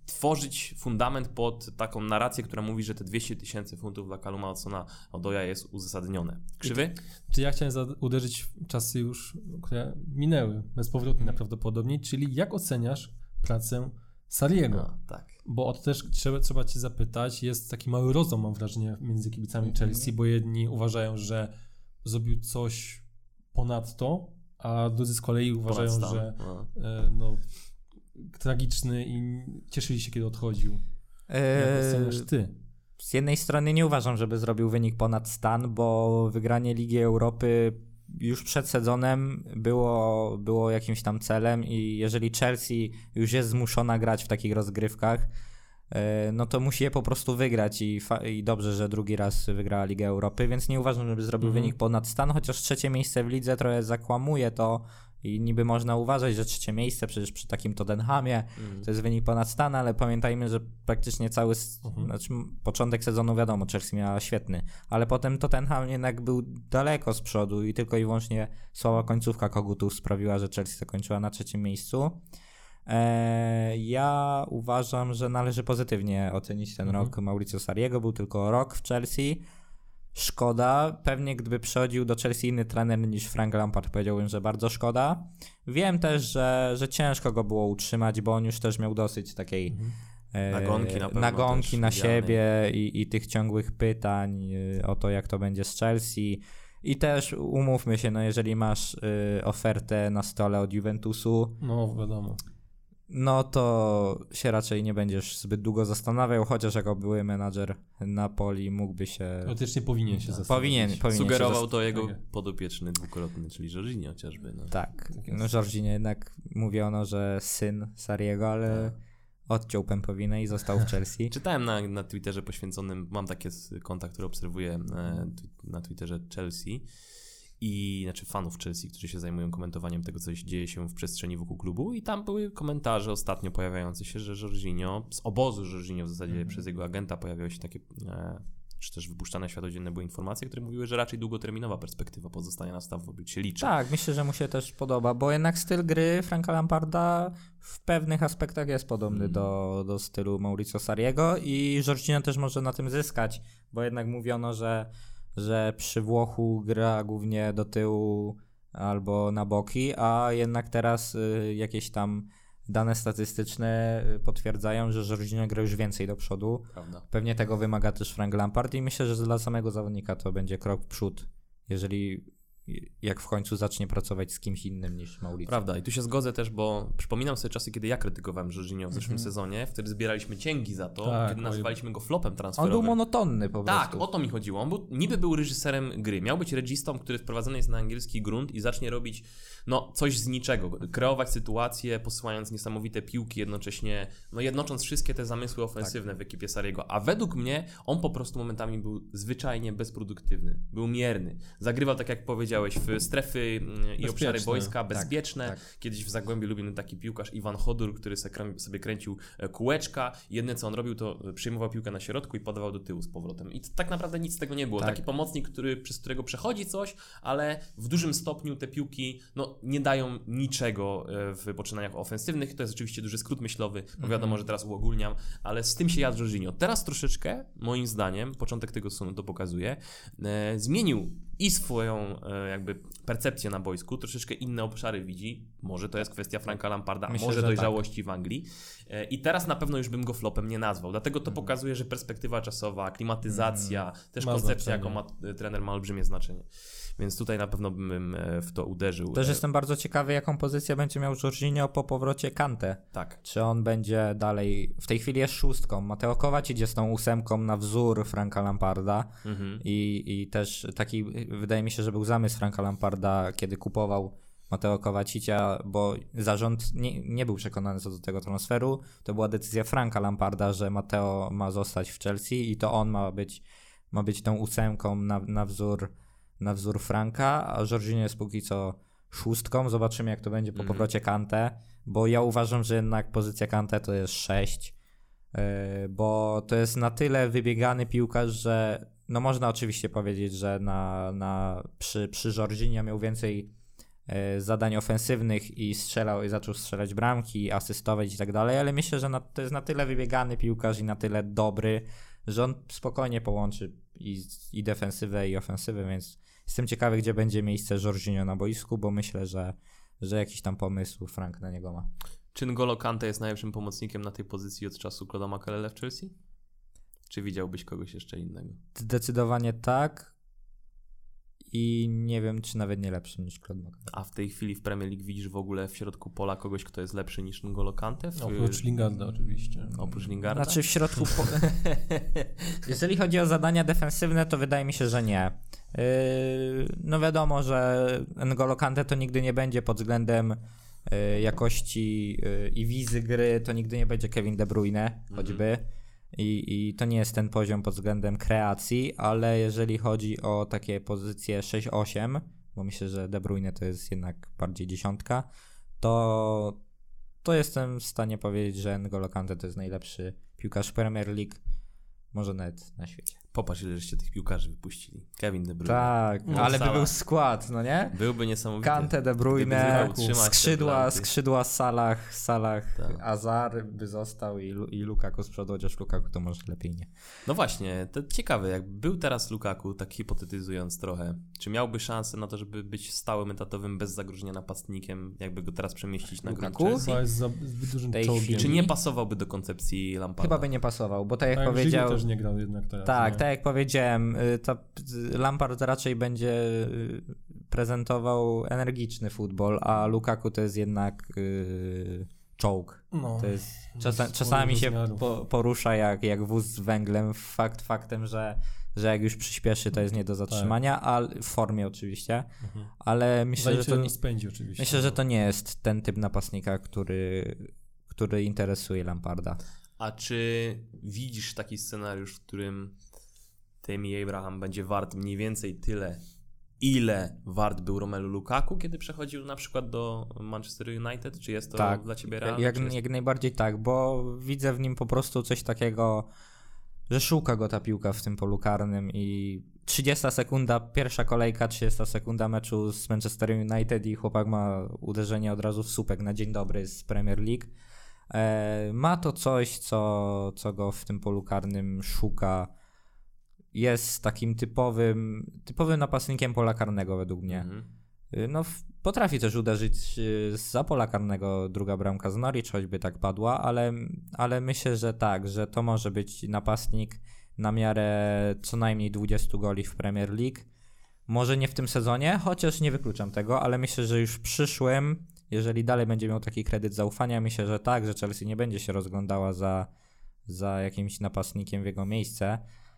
tworzyć fundament pod taką narrację, która mówi, że te dwieście tysięcy funtów dla Calluma Hudson-Odoia jest uzasadnione. Krzywy? Czy ja chciałem za- uderzyć w czasy już, które minęły bezpowrotnie najprawdopodobniej, czyli jak oceniasz pracę Sarriego? No, tak. Bo o to też trzeba, trzeba cię zapytać. Jest taki mały rozłam, mam wrażenie, między kibicami Chelsea, bo jedni uważają, że zrobił coś ponadto, a drudzy z kolei uważają, Ponad stan. że No. e, no, tragiczny i cieszyli się, kiedy odchodził. Jak oceniasz ty? Z jednej strony nie uważam, żeby zrobił wynik ponad stan, bo wygranie Ligi Europy już przed sezonem było, było jakimś tam celem i jeżeli Chelsea już jest zmuszona grać w takich rozgrywkach, no to musi je po prostu wygrać i, fa- i dobrze, że drugi raz wygrała Ligę Europy, więc nie uważam, żeby zrobił Mhm. wynik ponad stan, chociaż trzecie miejsce w lidze trochę zakłamuje to i niby można uważać, że trzecie miejsce przecież przy takim Tottenhamie Mm. to jest wynik ponad stan, ale pamiętajmy, że praktycznie cały, s- Mhm. znaczy m- początek sezonu wiadomo, Chelsea miała świetny, ale potem Tottenham jednak był daleko z przodu i tylko i wyłącznie słaba końcówka Kogutów sprawiła, że Chelsea zakończyła na trzecim miejscu. Eee, ja uważam, że należy pozytywnie ocenić ten Mhm. rok Mauricio Sarriego, był tylko rok w Chelsea. Szkoda, pewnie gdyby przychodził do Chelsea inny trener niż Frank Lampard, powiedziałbym, że bardzo szkoda. Wiem też, że, że ciężko go było utrzymać, bo on już też miał dosyć takiej Mhm. e, Nagonki na pewno nagonki też na medialnej. siebie i, i tych ciągłych pytań e, o to, jak to będzie z Chelsea. I też umówmy się, no jeżeli masz e, ofertę na stole od Juventusu, No wiadomo. no to się raczej nie będziesz zbyt długo zastanawiał, chociaż jako były menadżer Napoli mógłby się... No też nie powinien się zastanowić. Powinien, powinien Sugerował się to jego tak. podopieczny dwukrotny, czyli Jorginho chociażby. No. Tak, Tak jest. no Jorginho jednak mówiono, że syn Sarriego, ale Tak. odciął pępowinę i został w Chelsea. Czytałem na, na Twitterze poświęconym, mam takie s- konta, które obserwuję e, tw- na Twitterze Chelsea i znaczy fanów Chelsea, którzy się zajmują komentowaniem tego, co się dzieje się w przestrzeni wokół klubu i tam były komentarze ostatnio pojawiające się, że Jorginho, z obozu Jorginho w zasadzie Mhm. przez jego agenta pojawiały się takie, e, czy też wypuszczane na światło dzienne były informacje, które mówiły, że raczej długoterminowa perspektywa pozostania na staw się liczy. Tak, myślę, że mu się też podoba, bo jednak styl gry Franka Lamparda w pewnych aspektach jest podobny Mm. do, do stylu Mauricio Sarriego i Jorginho też może na tym zyskać, bo jednak mówiono, że, że przy Włochu gra głównie do tyłu albo na boki, a jednak teraz y, jakieś tam dane statystyczne y, potwierdzają, że Jorginho gra już więcej do przodu. Prawda. Pewnie tego wymaga też Frank Lampard i myślę, że dla samego zawodnika to będzie krok w przód, jeżeli jak w końcu zacznie pracować z kimś innym niż Mauricio. Prawda, i tu się zgodzę też, bo przypominam sobie czasy, kiedy ja krytykowałem Jorginho w zeszłym Mhm. sezonie, wtedy zbieraliśmy cięgi za to, Tak, kiedy oj. nazywaliśmy go flopem On transferowym. był monotonny po Tak, prostu. o to mi chodziło. On był, niby był reżyserem gry. Miał być registą, który wprowadzony jest na angielski grunt i zacznie robić no, coś z niczego. Kreować sytuacje, posyłając niesamowite piłki, jednocześnie no, jednocząc wszystkie te zamysły ofensywne w ekipie Sarriego. A według mnie on po prostu momentami był zwyczajnie bezproduktywny. Był mierny. Zagrywał, tak jak powiedziałeś, w strefy mm, i obszary Bezpieczne. boiska, bezpieczne. tak. Kiedyś w Zagłębiu lubił taki piłkarz Iwan Chodur, który se krę- sobie kręcił e, kółeczka. Jedyne co on robił, to e, przyjmował piłkę na środku i podawał do tyłu z powrotem. I t- tak naprawdę nic z tego nie było. Tak. Taki pomocnik, który, przez którego przechodzi coś, ale w dużym stopniu te piłki no, nie dają niczego e, w poczynaniach ofensywnych. To jest oczywiście duży skrót myślowy, bo wiadomo, że teraz uogólniam, ale z tym się jadł Jorginho. Teraz troszeczkę, moim zdaniem, początek tego sezonu to pokazuje, e, zmienił i swoją e, jakby percepcję na boisku, troszeczkę inne obszary widzi. Może to jest kwestia Franka Lamparda, Myślę, może że dojrzałości w Anglii. E, I teraz na pewno już bym go flopem nie nazwał. Dlatego to Mhm. pokazuje, że perspektywa czasowa, klimatyzacja, też Ma koncepcja, znaczenie. jaką ma e, trener, ma olbrzymie znaczenie. Więc tutaj na pewno bym e, w to uderzył. Też E, jestem bardzo ciekawy, jaką pozycję będzie miał Jorginho po powrocie Kante. Tak. Czy on będzie dalej, w tej chwili jest szóstką, Mateo Kovac idzie z tą ósemką na wzór Franka Lamparda Mhm. i, i też taki, wydaje mi się, że był zamysł Franka Lamparda, kiedy kupował Mateo Kovacicia, bo zarząd nie, nie był przekonany co do tego transferu. To była decyzja Franka Lamparda, że Mateo ma zostać w Chelsea i to on ma być, ma być tą ósemką na, na, wzór, na wzór Franka, a Jorginho jest póki co szóstką. Zobaczymy, jak to będzie po Mhm. powrocie Kante, bo ja uważam, że jednak pozycja Kante to jest sześć, yy, bo to jest na tyle wybiegany piłkarz, że no można oczywiście powiedzieć, że na, na, przy, przy Jorginho miał więcej zadań ofensywnych i strzelał i zaczął strzelać bramki, asystować i tak dalej, ale myślę, że na, to jest na tyle wybiegany piłkarz i na tyle dobry, że on spokojnie połączy i, i defensywę i ofensywę, więc jestem ciekawy, gdzie będzie miejsce Jorginho na boisku, bo myślę, że, że jakiś tam pomysł Frank na niego ma. Czy N'Golo Kante jest najlepszym pomocnikiem na tej pozycji od czasu Claude'a Makelele w Chelsea? Czy widziałbyś kogoś jeszcze innego? Zdecydowanie tak. I nie wiem, czy nawet nie lepszy niż Claude Makelele. A w tej chwili w Premier League widzisz w ogóle w środku pola kogoś, kto jest lepszy niż N'Golo Kante? W... Oprócz Lingarda oczywiście. Oprócz Lingarda? Znaczy w środku... Po... Jeżeli chodzi o zadania defensywne, to wydaje mi się, że nie. Yy, no wiadomo, że N'Golo Kante to nigdy nie będzie pod względem yy, jakości yy, i wizy gry, to nigdy nie będzie Kevin De Bruyne choćby. Mm-hmm. I, I to nie jest ten poziom pod względem kreacji, ale jeżeli chodzi o takie pozycje sześć osiem, bo myślę, że De Bruyne to jest jednak bardziej dziesiątka, to, to jestem w stanie powiedzieć, że N'Golo Kante to jest najlepszy piłkarz Premier League, może nawet na świecie. Popatrz, ile żeście tych piłkarzy wypuścili. Kevin De Bruyne. Tak, no, ale Salah. by był skład, no nie? Byłby niesamowity. Kante, De Bruyne, skrzydła, skrzydła Salah, Salah, tak. Azar by został i, i Lukaku z przodu, chociaż Lukaku to może lepiej nie. No właśnie, to ciekawe, jak był teraz Lukaku, tak hipotetyzując trochę, czy miałby szansę na to, żeby być stałym etatowym, bez zagrożenia napastnikiem, jakby go teraz przemieścić na Lukaku? Chelsea? Chyba jest za zbyt dużym czołgiem. Czy nie pasowałby do koncepcji Lamparda? Chyba by nie pasował, bo tak jak tak, powiedział... też nie grał jednak teraz. Tak, nie? tak jak powiedziałem, ta, Lampard raczej będzie prezentował energiczny futbol, a Lukaku to jest jednak yy, czołg. No, to jest, czasa, czasami się po, porusza jak, jak wóz z węglem. Fakt faktem, że, że jak już przyspieszy, to jest nie do zatrzymania, tak. A w formie oczywiście, mhm. ale myślę, że to nie, spędzi oczywiście. Myślę, że to nie jest ten typ napastnika, który, który interesuje Lamparda. A czy widzisz taki scenariusz, w którym Tammy Abraham będzie wart mniej więcej tyle, ile wart był Romelu Lukaku, kiedy przechodził na przykład do Manchester United? Czy jest to tak, dla ciebie realne? Jak, jest... jak najbardziej tak, bo widzę w nim po prostu coś takiego, że szuka go ta piłka w tym polu karnym i trzydziesta sekunda, pierwsza kolejka, trzydziesta sekunda meczu z Manchester United i chłopak ma uderzenie od razu w słupek na dzień dobry z Premier League. E, ma to coś, co, co go w tym polu karnym szuka. Jest takim typowym typowym napastnikiem pola karnego według mnie. Mm-hmm. No, potrafi też uderzyć zza pola karnego, druga bramka z Norwich, choćby tak padła, ale, ale myślę, że tak, że to może być napastnik na miarę co najmniej dwudziestu goli w Premier League. Może nie w tym sezonie, chociaż nie wykluczam tego, ale myślę, że już w przyszłym, jeżeli dalej będzie miał taki kredyt zaufania, myślę, że tak, że Chelsea nie będzie się rozglądała za, za jakimś napastnikiem w jego miejsce.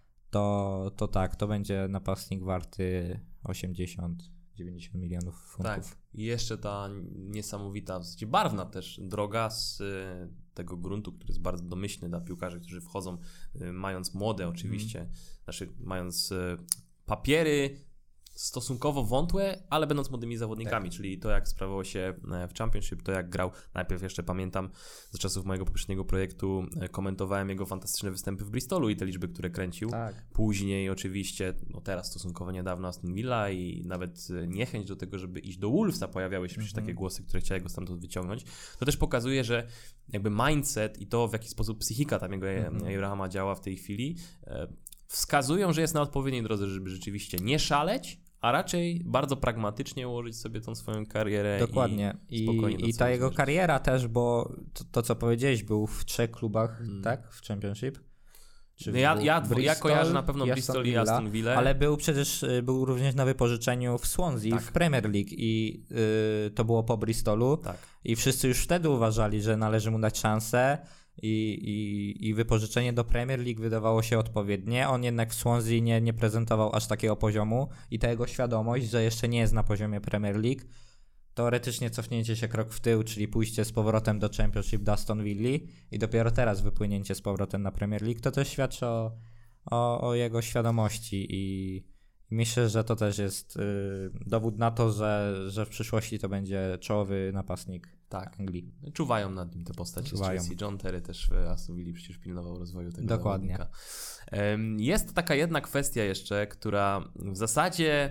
To, to tak, to będzie napastnik warty osiemdziesiąt do dziewięćdziesięciu milionów funtów. Tak, i jeszcze ta niesamowita, w zasadzie barwna też droga z y, tego gruntu, który jest bardzo domyślny dla piłkarzy, którzy wchodzą y, mając młode oczywiście, mm. znaczy mając y, papiery stosunkowo wątłe, ale będąc młodymi zawodnikami, tak. Czyli to jak sprawowało się w Championship, to jak grał, najpierw jeszcze pamiętam z czasów mojego poprzedniego projektu komentowałem jego fantastyczne występy w Bristolu i te liczby, które kręcił. Tak. Później oczywiście, no teraz stosunkowo niedawno Aston Villa i nawet niechęć do tego, żeby iść do Wolvesa, pojawiały się przecież mm-hmm. takie głosy, które chciały go stamtąd wyciągnąć. To też pokazuje, że jakby mindset i to w jaki sposób psychika tam jego mm-hmm. Abrahama działa w tej chwili, e, wskazują, że jest na odpowiedniej drodze, żeby rzeczywiście nie szaleć, a raczej bardzo pragmatycznie ułożyć sobie tą swoją karierę. Dokładnie. I, I, i ta jego zmierzyć. Kariera też, bo to, to co powiedziałeś, był w trzech klubach, hmm. tak? W Championship. Czy no ja, ja, Bristol, ja kojarzę na pewno Bristol i Aston Villa. Ale był przecież był również na wypożyczeniu w Swansea, tak. w Premier League i y, to było po Bristolu. Tak. I wszyscy już wtedy uważali, że należy mu dać szansę. I, i, i wypożyczenie do Premier League wydawało się odpowiednie. On jednak w Swansea nie, nie prezentował aż takiego poziomu i ta jego świadomość, że jeszcze nie jest na poziomie Premier League, teoretycznie cofnięcie się krok w tył, czyli pójście z powrotem do Championship do Aston Villa i dopiero teraz wypłynięcie z powrotem na Premier League, to też świadczy o, o, o jego świadomości i myślę, że to też jest y, dowód na to, że, że w przyszłości to będzie czołowy napastnik tak. Anglii. Czuwają nad nim te postacie Czuwają. z Chelsea. John Terry też w Aston Villa przecież pilnował rozwoju tego Dokładnie. zawodnika. Jest taka jedna kwestia jeszcze, która w zasadzie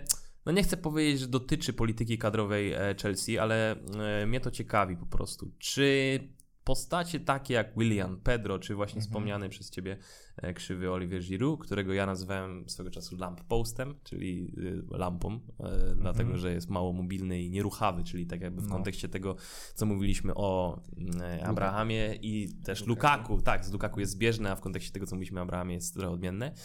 no nie chcę powiedzieć, że dotyczy polityki kadrowej Chelsea, ale mnie to ciekawi po prostu. Czy postacie takie jak Willian, Pedro, czy właśnie mhm. wspomniany przez ciebie krzywy Olivier Giroud, którego ja nazywałem swego czasu lamppostem, czyli lampą, mhm. dlatego, że jest mało mobilny i nieruchawy, czyli tak jakby w no. kontekście tego, co mówiliśmy o Abrahamie i też Lukaku. Lukaku. Tak, z Lukaku jest zbieżne, a w kontekście tego, co mówiliśmy o Abrahamie, jest trochę odmienne.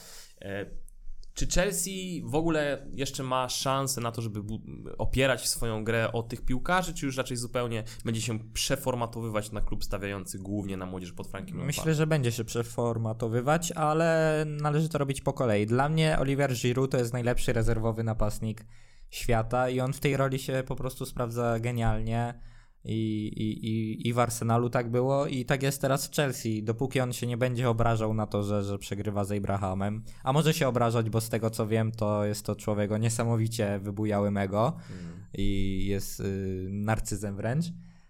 Czy Chelsea w ogóle jeszcze ma szansę na to, żeby opierać swoją grę o tych piłkarzy, czy już raczej zupełnie będzie się przeformatowywać na klub stawiający głównie na młodzież pod Frankiem Lampardem? Myślę, że będzie się przeformatowywać, ale należy to robić po kolei. Dla mnie Olivier Giroud to jest najlepszy rezerwowy napastnik świata i on w tej roli się po prostu sprawdza genialnie. I, i, i w Arsenalu tak było i tak jest teraz w Chelsea. Dopóki on się nie będzie obrażał na to, że, że przegrywa z Abrahamem, a może się obrażać, bo z tego co wiem, to jest to człowiek o niesamowicie wybujałym ego mm. i jest y, narcyzem wręcz,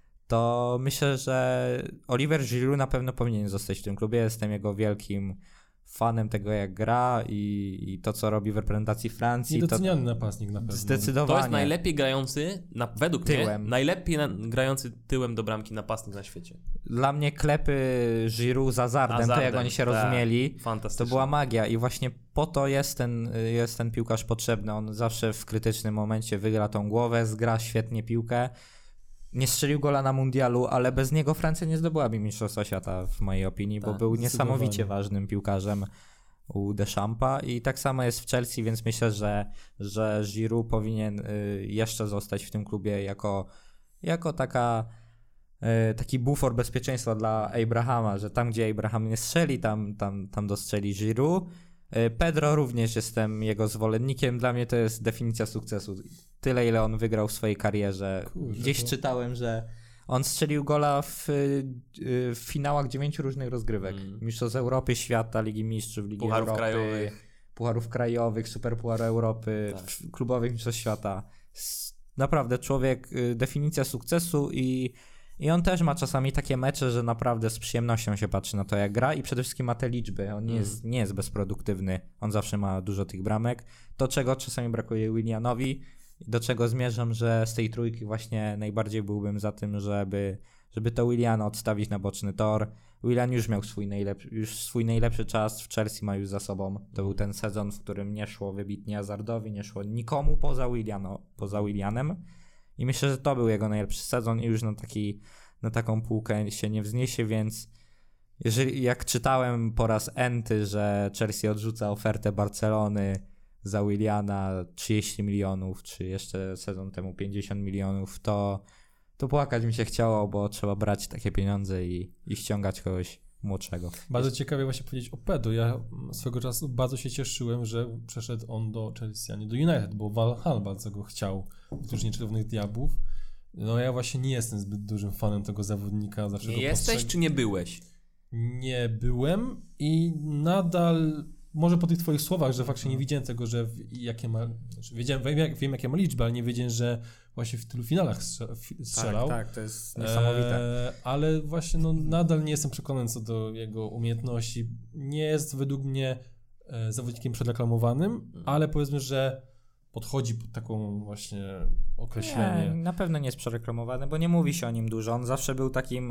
to myślę, że Olivier Giroud na pewno powinien zostać w tym klubie. Jestem jego wielkim fanem tego, jak gra i, i to, co robi w reprezentacji Francji. Niedoceniany to, napastnik na pewno. Zdecydowanie. To jest najlepiej grający, na, według tyłem. mnie, najlepiej na, grający tyłem do bramki napastnik na świecie. Dla mnie klepy Giroud z Hazardem, Hazardem to jak oni się tak, rozumieli, to była magia i właśnie po to jest ten, jest ten piłkarz potrzebny. On zawsze w krytycznym momencie wygra tą głowę, zgra świetnie piłkę. Nie strzelił gola na mundialu, ale bez niego Francja nie zdobyłaby mistrzostwa świata w mojej opinii, tak, bo był niesamowicie ważnym piłkarzem u Deschampa i tak samo jest w Chelsea, więc myślę, że, że Giroud powinien jeszcze zostać w tym klubie jako, jako taka, taki bufor bezpieczeństwa dla Abrahama, że tam gdzie Abraham nie strzeli, tam, tam, tam dostrzeli Giroud. Pedro również jestem jego zwolennikiem, dla mnie to jest definicja sukcesu. Tyle, ile on wygrał w swojej karierze. Kurze, Gdzieś to... czytałem, że on strzelił gola w, w finałach dziewięciu różnych rozgrywek. Mm. Mistrzostw Europy, Świata, Ligi Mistrzów, Ligi Pucharów Europy, krajowych. Pucharów krajowych, Superpucharu Europy, tak. klubowych Mistrzostw Świata. Naprawdę człowiek, definicja sukcesu i I on też ma czasami takie mecze, że naprawdę z przyjemnością się patrzy na to, jak gra i przede wszystkim ma te liczby. On nie, mm. jest, nie jest bezproduktywny. On zawsze ma dużo tych bramek. To, czego czasami brakuje Willianowi, do czego zmierzam, że z tej trójki właśnie najbardziej byłbym za tym, żeby, żeby to Williana odstawić na boczny tor. Willian już miał swój najlepszy, już swój najlepszy czas w Chelsea ma już za sobą. To był ten sezon, w którym nie szło wybitnie Hazardowi, nie szło nikomu poza, Williano, poza Willianem. I myślę, że to był jego najlepszy sezon i już na, taki, na taką półkę się nie wzniesie, więc jeżeli, jak czytałem po raz enty, że Chelsea odrzuca ofertę Barcelony za Williana trzydzieści milionów, czy jeszcze sezon temu pięćdziesiąt milionów, to, to płakać mi się chciało, bo trzeba brać takie pieniądze i, i ściągać kogoś młodszego. Bardzo ciekawie właśnie powiedzieć o Pedro. Ja swego czasu bardzo się cieszyłem, że przeszedł on do Chelsea, a nie do United, bo Van Gaal bardzo go chciał w drużynie Czerwonych Diabłów. No ja właśnie nie jestem zbyt dużym fanem tego zawodnika. Zawsze nie go jesteś, postrzeg... czy nie byłeś? Nie byłem i nadal, może po tych twoich słowach, że faktycznie nie widziałem tego, że jakie ma, znaczy wiedziałem, wiem, wiem jakie ma liczby, ale nie wiedziałem, że właśnie w tylu finałach strzelał. Tak, tak, to jest niesamowite. E, ale właśnie no, nadal nie jestem przekonany co do jego umiejętności. Nie jest według mnie e, zawodnikiem przedreklamowanym, ale powiedzmy, że podchodzi pod taką właśnie określenie. Nie, na pewno nie jest przereklamowany, bo nie mówi się o nim dużo. On zawsze był takim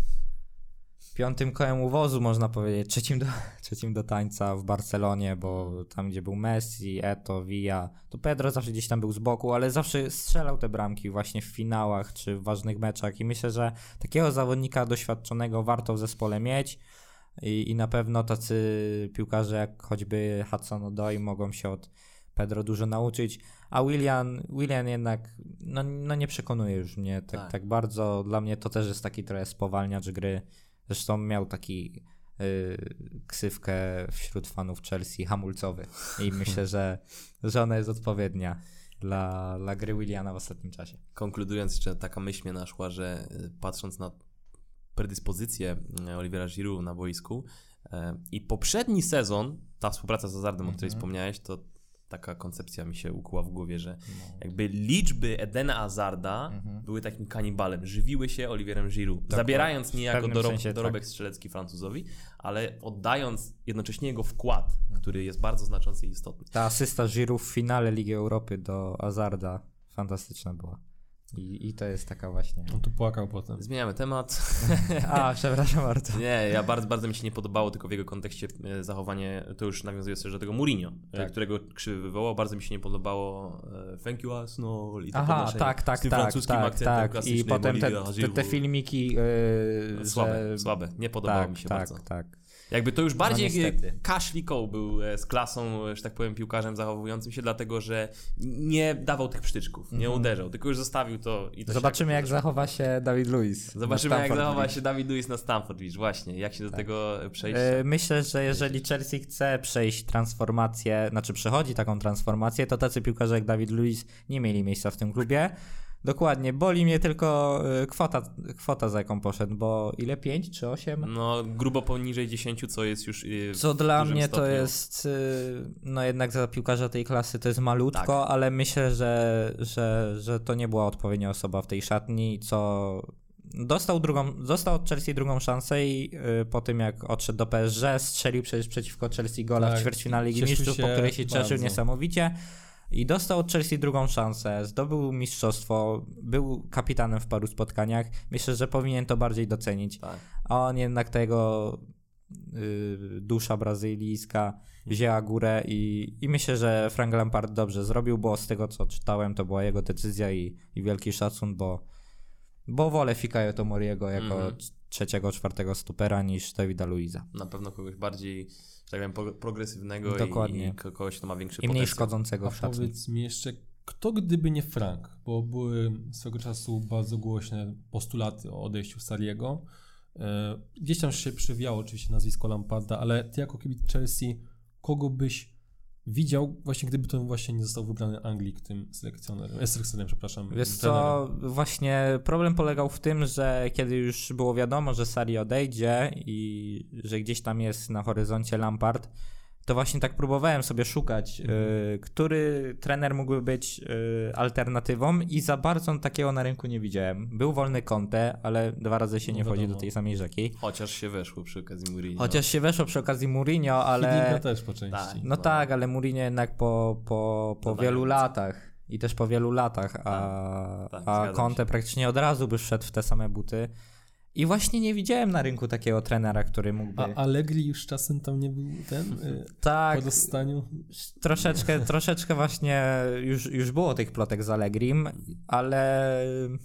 piątym kołem uwozu, można powiedzieć, trzecim do, trzecim do tańca w Barcelonie, bo tam, gdzie był Messi, Eto'o, Villa, to Pedro zawsze gdzieś tam był z boku, ale zawsze strzelał te bramki właśnie w finałach czy w ważnych meczach i myślę, że takiego zawodnika doświadczonego warto w zespole mieć i, i na pewno tacy piłkarze jak choćby Hudson-Odoi mogą się od Pedro dużo nauczyć, a Willian, Willian jednak no, no nie przekonuje już mnie tak, tak. tak bardzo. Dla mnie to też jest taki trochę spowalniacz gry. Zresztą miał taki y, ksywkę wśród fanów Chelsea hamulcowy i myślę, że, że ona jest odpowiednia dla, dla gry Williana w ostatnim czasie. Konkludując, jeszcze taka myśl mnie naszła, że patrząc na predyspozycję Oliviera Giroud na boisku y, i poprzedni sezon, ta współpraca z Hazardem, mm-hmm. o której wspomniałeś, to taka koncepcja mi się ukuła w głowie, że jakby liczby Edena Hazarda mhm. były takim kanibalem. Żywiły się Oliwierem Giroud, tak, zabierając niejako dorob, sensie, dorobek tak. strzelecki Francuzowi, ale oddając jednocześnie jego wkład, który jest bardzo znaczący i istotny. Ta asysta Giroud w finale Ligi Europy do Hazarda fantastyczna była. I, I to jest taka właśnie... On tu płakał potem. Zmieniamy temat. A, przepraszam bardzo. Nie, ja bardzo, bardzo mi się nie podobało, tylko w jego kontekście zachowanie, to już nawiązuje sobie do tego Mourinho, tak. którego krzywy wywołał. Bardzo mi się nie podobało thank you Arsenal i to Aha, tak, tak, z tym tak, francuskim tak, akcentem tak. I potem te, te, te filmiki... Yy, słabe, że... słabe. Nie podobało tak, mi się tak, bardzo. Tak, tak. Jakby to już bardziej no, Ashley Cole był z klasą, że tak powiem, piłkarzem zachowującym się, dlatego że nie dawał tych przytyczków, nie mm-hmm. uderzał, tylko już zostawił to. I to Zobaczymy, się jak zachowa się David Luiz. Zobaczymy, jak zachowa Bridge. się David Luiz na Stamford Bridge, właśnie. Jak się do tak. tego przejść? Myślę, że jeżeli Chelsea chce przejść transformację, znaczy przechodzi taką transformację, to tacy piłkarze jak David Luiz nie mieli miejsca w tym klubie. Dokładnie, boli mnie tylko kwota, kwota za jaką poszedł, bo ile? pięć czy osiem? No grubo poniżej dziesięć, co jest już w Co dla mnie stopniu. To jest, no jednak za piłkarza tej klasy to jest malutko, tak. ale myślę, że, że, że to nie była odpowiednia osoba w tej szatni, co dostał drugą, dostał od Chelsea drugą szansę i yy, po tym jak odszedł do P S G, strzelił przecież przeciwko Chelsea gola tak. w ćwierćfinale Ligi Mistrzów, po której się cieszył niesamowicie. I dostał od Chelsea drugą szansę, zdobył mistrzostwo, był kapitanem w paru spotkaniach. Myślę, że powinien to bardziej docenić. Tak. A on jednak tego y, dusza brazylijska wzięła górę i, i myślę, że Frank Lampard dobrze zrobił, bo z tego co czytałem, to była jego decyzja i, i wielki szacun, bo, bo wolę Fikayo Tomoriego jako mm-hmm. trzeciego, czwartego stopera niż Davida Luiza. Na pewno kogoś bardziej... tak powiem, progresywnego Dokładnie. i, i kogoś, kto ma większy I mniej potencjał. szkodzącego w szatni. Powiedz mi jeszcze, kto gdyby nie Frank, bo były swego czasu bardzo głośne postulaty o odejściu Sarriego. Gdzieś tam się przewijało oczywiście nazwisko Lamparda, ale ty jako kibic Chelsea, kogo byś widział, właśnie gdyby to właśnie nie został wybrany Anglik tym selekcjonerem, e, selekcjonerem, przepraszam. Wiesz co, właśnie problem polegał w tym, że kiedy już było wiadomo, że Sarri odejdzie i że gdzieś tam jest na horyzoncie Lampard, to właśnie tak próbowałem sobie szukać, mm. y, który trener mógłby być y, alternatywą i za bardzo takiego na rynku nie widziałem. Był wolny Conte, ale dwa razy się no nie wchodzi do tej samej rzeki. Chociaż się weszło przy okazji Mourinho. Chociaż się weszło przy okazji Mourinho, ale... Hidinga też po części. Tak, no, no tak, ale Mourinho jednak po, po, po wielu latach i też po wielu latach, a, tak, tak, a Conte się. praktycznie od razu by wszedł w te same buty. I właśnie nie widziałem na rynku takiego trenera, który mógłby... A Allegri już czasem tam nie był ten? Tak. Po dostaniu? Troszeczkę, troszeczkę właśnie już, już było tych plotek z Allegrim, ale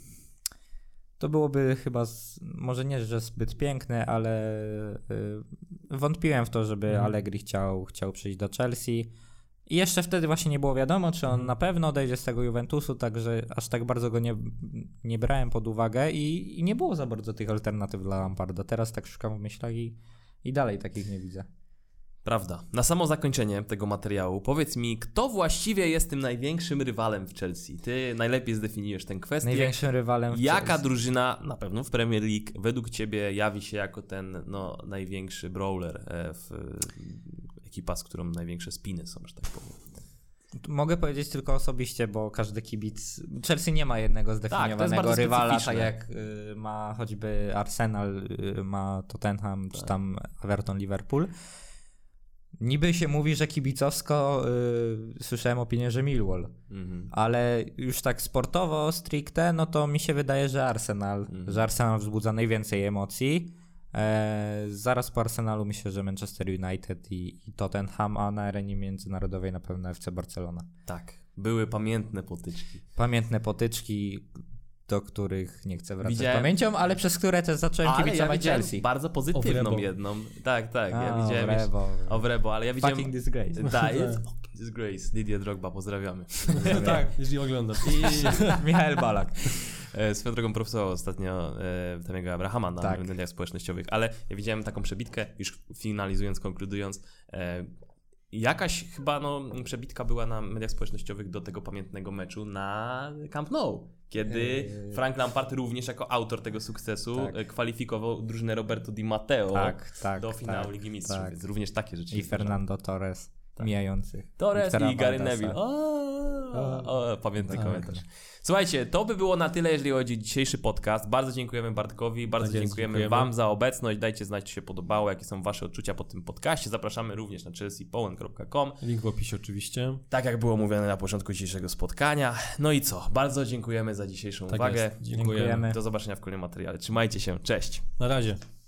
to byłoby chyba, z, może nie, że zbyt piękne, ale wątpiłem w to, żeby hmm. Allegri chciał, chciał przyjść do Chelsea. I jeszcze wtedy właśnie nie było wiadomo, czy on hmm. na pewno odejdzie z tego Juventusu, także aż tak bardzo go nie, nie brałem pod uwagę i, i nie było za bardzo tych alternatyw dla Lamparda. Teraz tak szukam w myślach i, i dalej takich nie widzę. Prawda. Na samo zakończenie tego materiału powiedz mi, kto właściwie jest tym największym rywalem w Chelsea? Ty najlepiej zdefiniujesz tę kwestię. Największym rywalem w Jaka Chelsea. drużyna, na pewno w Premier League, według ciebie jawi się jako ten no, największy brawler, w, ekipa, z którą największe spiny są, że tak powiem? Mogę powiedzieć tylko osobiście, bo każdy kibic... Chelsea nie ma jednego zdefiniowanego tak, rywala, tak jak y, ma choćby Arsenal, y, ma Tottenham, tak. czy tam Everton, Liverpool. Niby się mówi, że kibicowsko y, słyszałem opinię, że Millwall, mm-hmm. ale już tak sportowo, stricte, no to mi się wydaje, że Arsenal, mm-hmm. że Arsenal wzbudza najwięcej emocji. E, zaraz po Arsenalu myślę, że Manchester United i, i Tottenham, a na arenie międzynarodowej na pewno F C Barcelona. Tak, były pamiętne potyczki. Pamiętne potyczki, do których nie chcę wracać widziałem... pamięcią, ale przez które też zacząłem ale kibicować ja Chelsea. Bardzo pozytywną jedną. Tak, tak. Ja a, widziałem Ovrebo. Już... Ovrebo, ale ja widziałem... Fucking disgrace. Tak, jest fucking disgrace. Didier Drogba, pozdrawiamy. Tak, jeżeli oglądasz. I Michael Balak. Swoją drogą profesował ostatnio e, Tamiego Abrahama na tak. mediach społecznościowych, ale ja widziałem taką przebitkę, już finalizując, konkludując, e, jakaś chyba no, przebitka była na mediach społecznościowych do tego pamiętnego meczu na Camp Nou, kiedy eee. Frank Lampard również jako autor tego sukcesu tak. kwalifikował drużynę Roberto Di Matteo tak, tak, do finału tak, Ligi Mistrzów, tak. więc również takie rzeczy. I Fernando Torres. tak. mijających. Torres i Gary Neville. O, o, o, pamiętaj tak. komentarz. Słuchajcie, to by było na tyle, jeżeli chodzi o dzisiejszy podcast. Bardzo dziękujemy Bartkowi, bardzo tak jest, dziękujemy, dziękujemy wam za obecność. Dajcie znać, czy się podobało, jakie są wasze odczucia po tym podcaście. Zapraszamy również na chelsea poland kropka com. Link w opisie oczywiście. Tak jak było mówione na początku dzisiejszego spotkania. No i co? Bardzo dziękujemy za dzisiejszą tak uwagę. Jest. Dziękujemy. Do zobaczenia w kolejnym materiale. Trzymajcie się. Cześć. Na razie.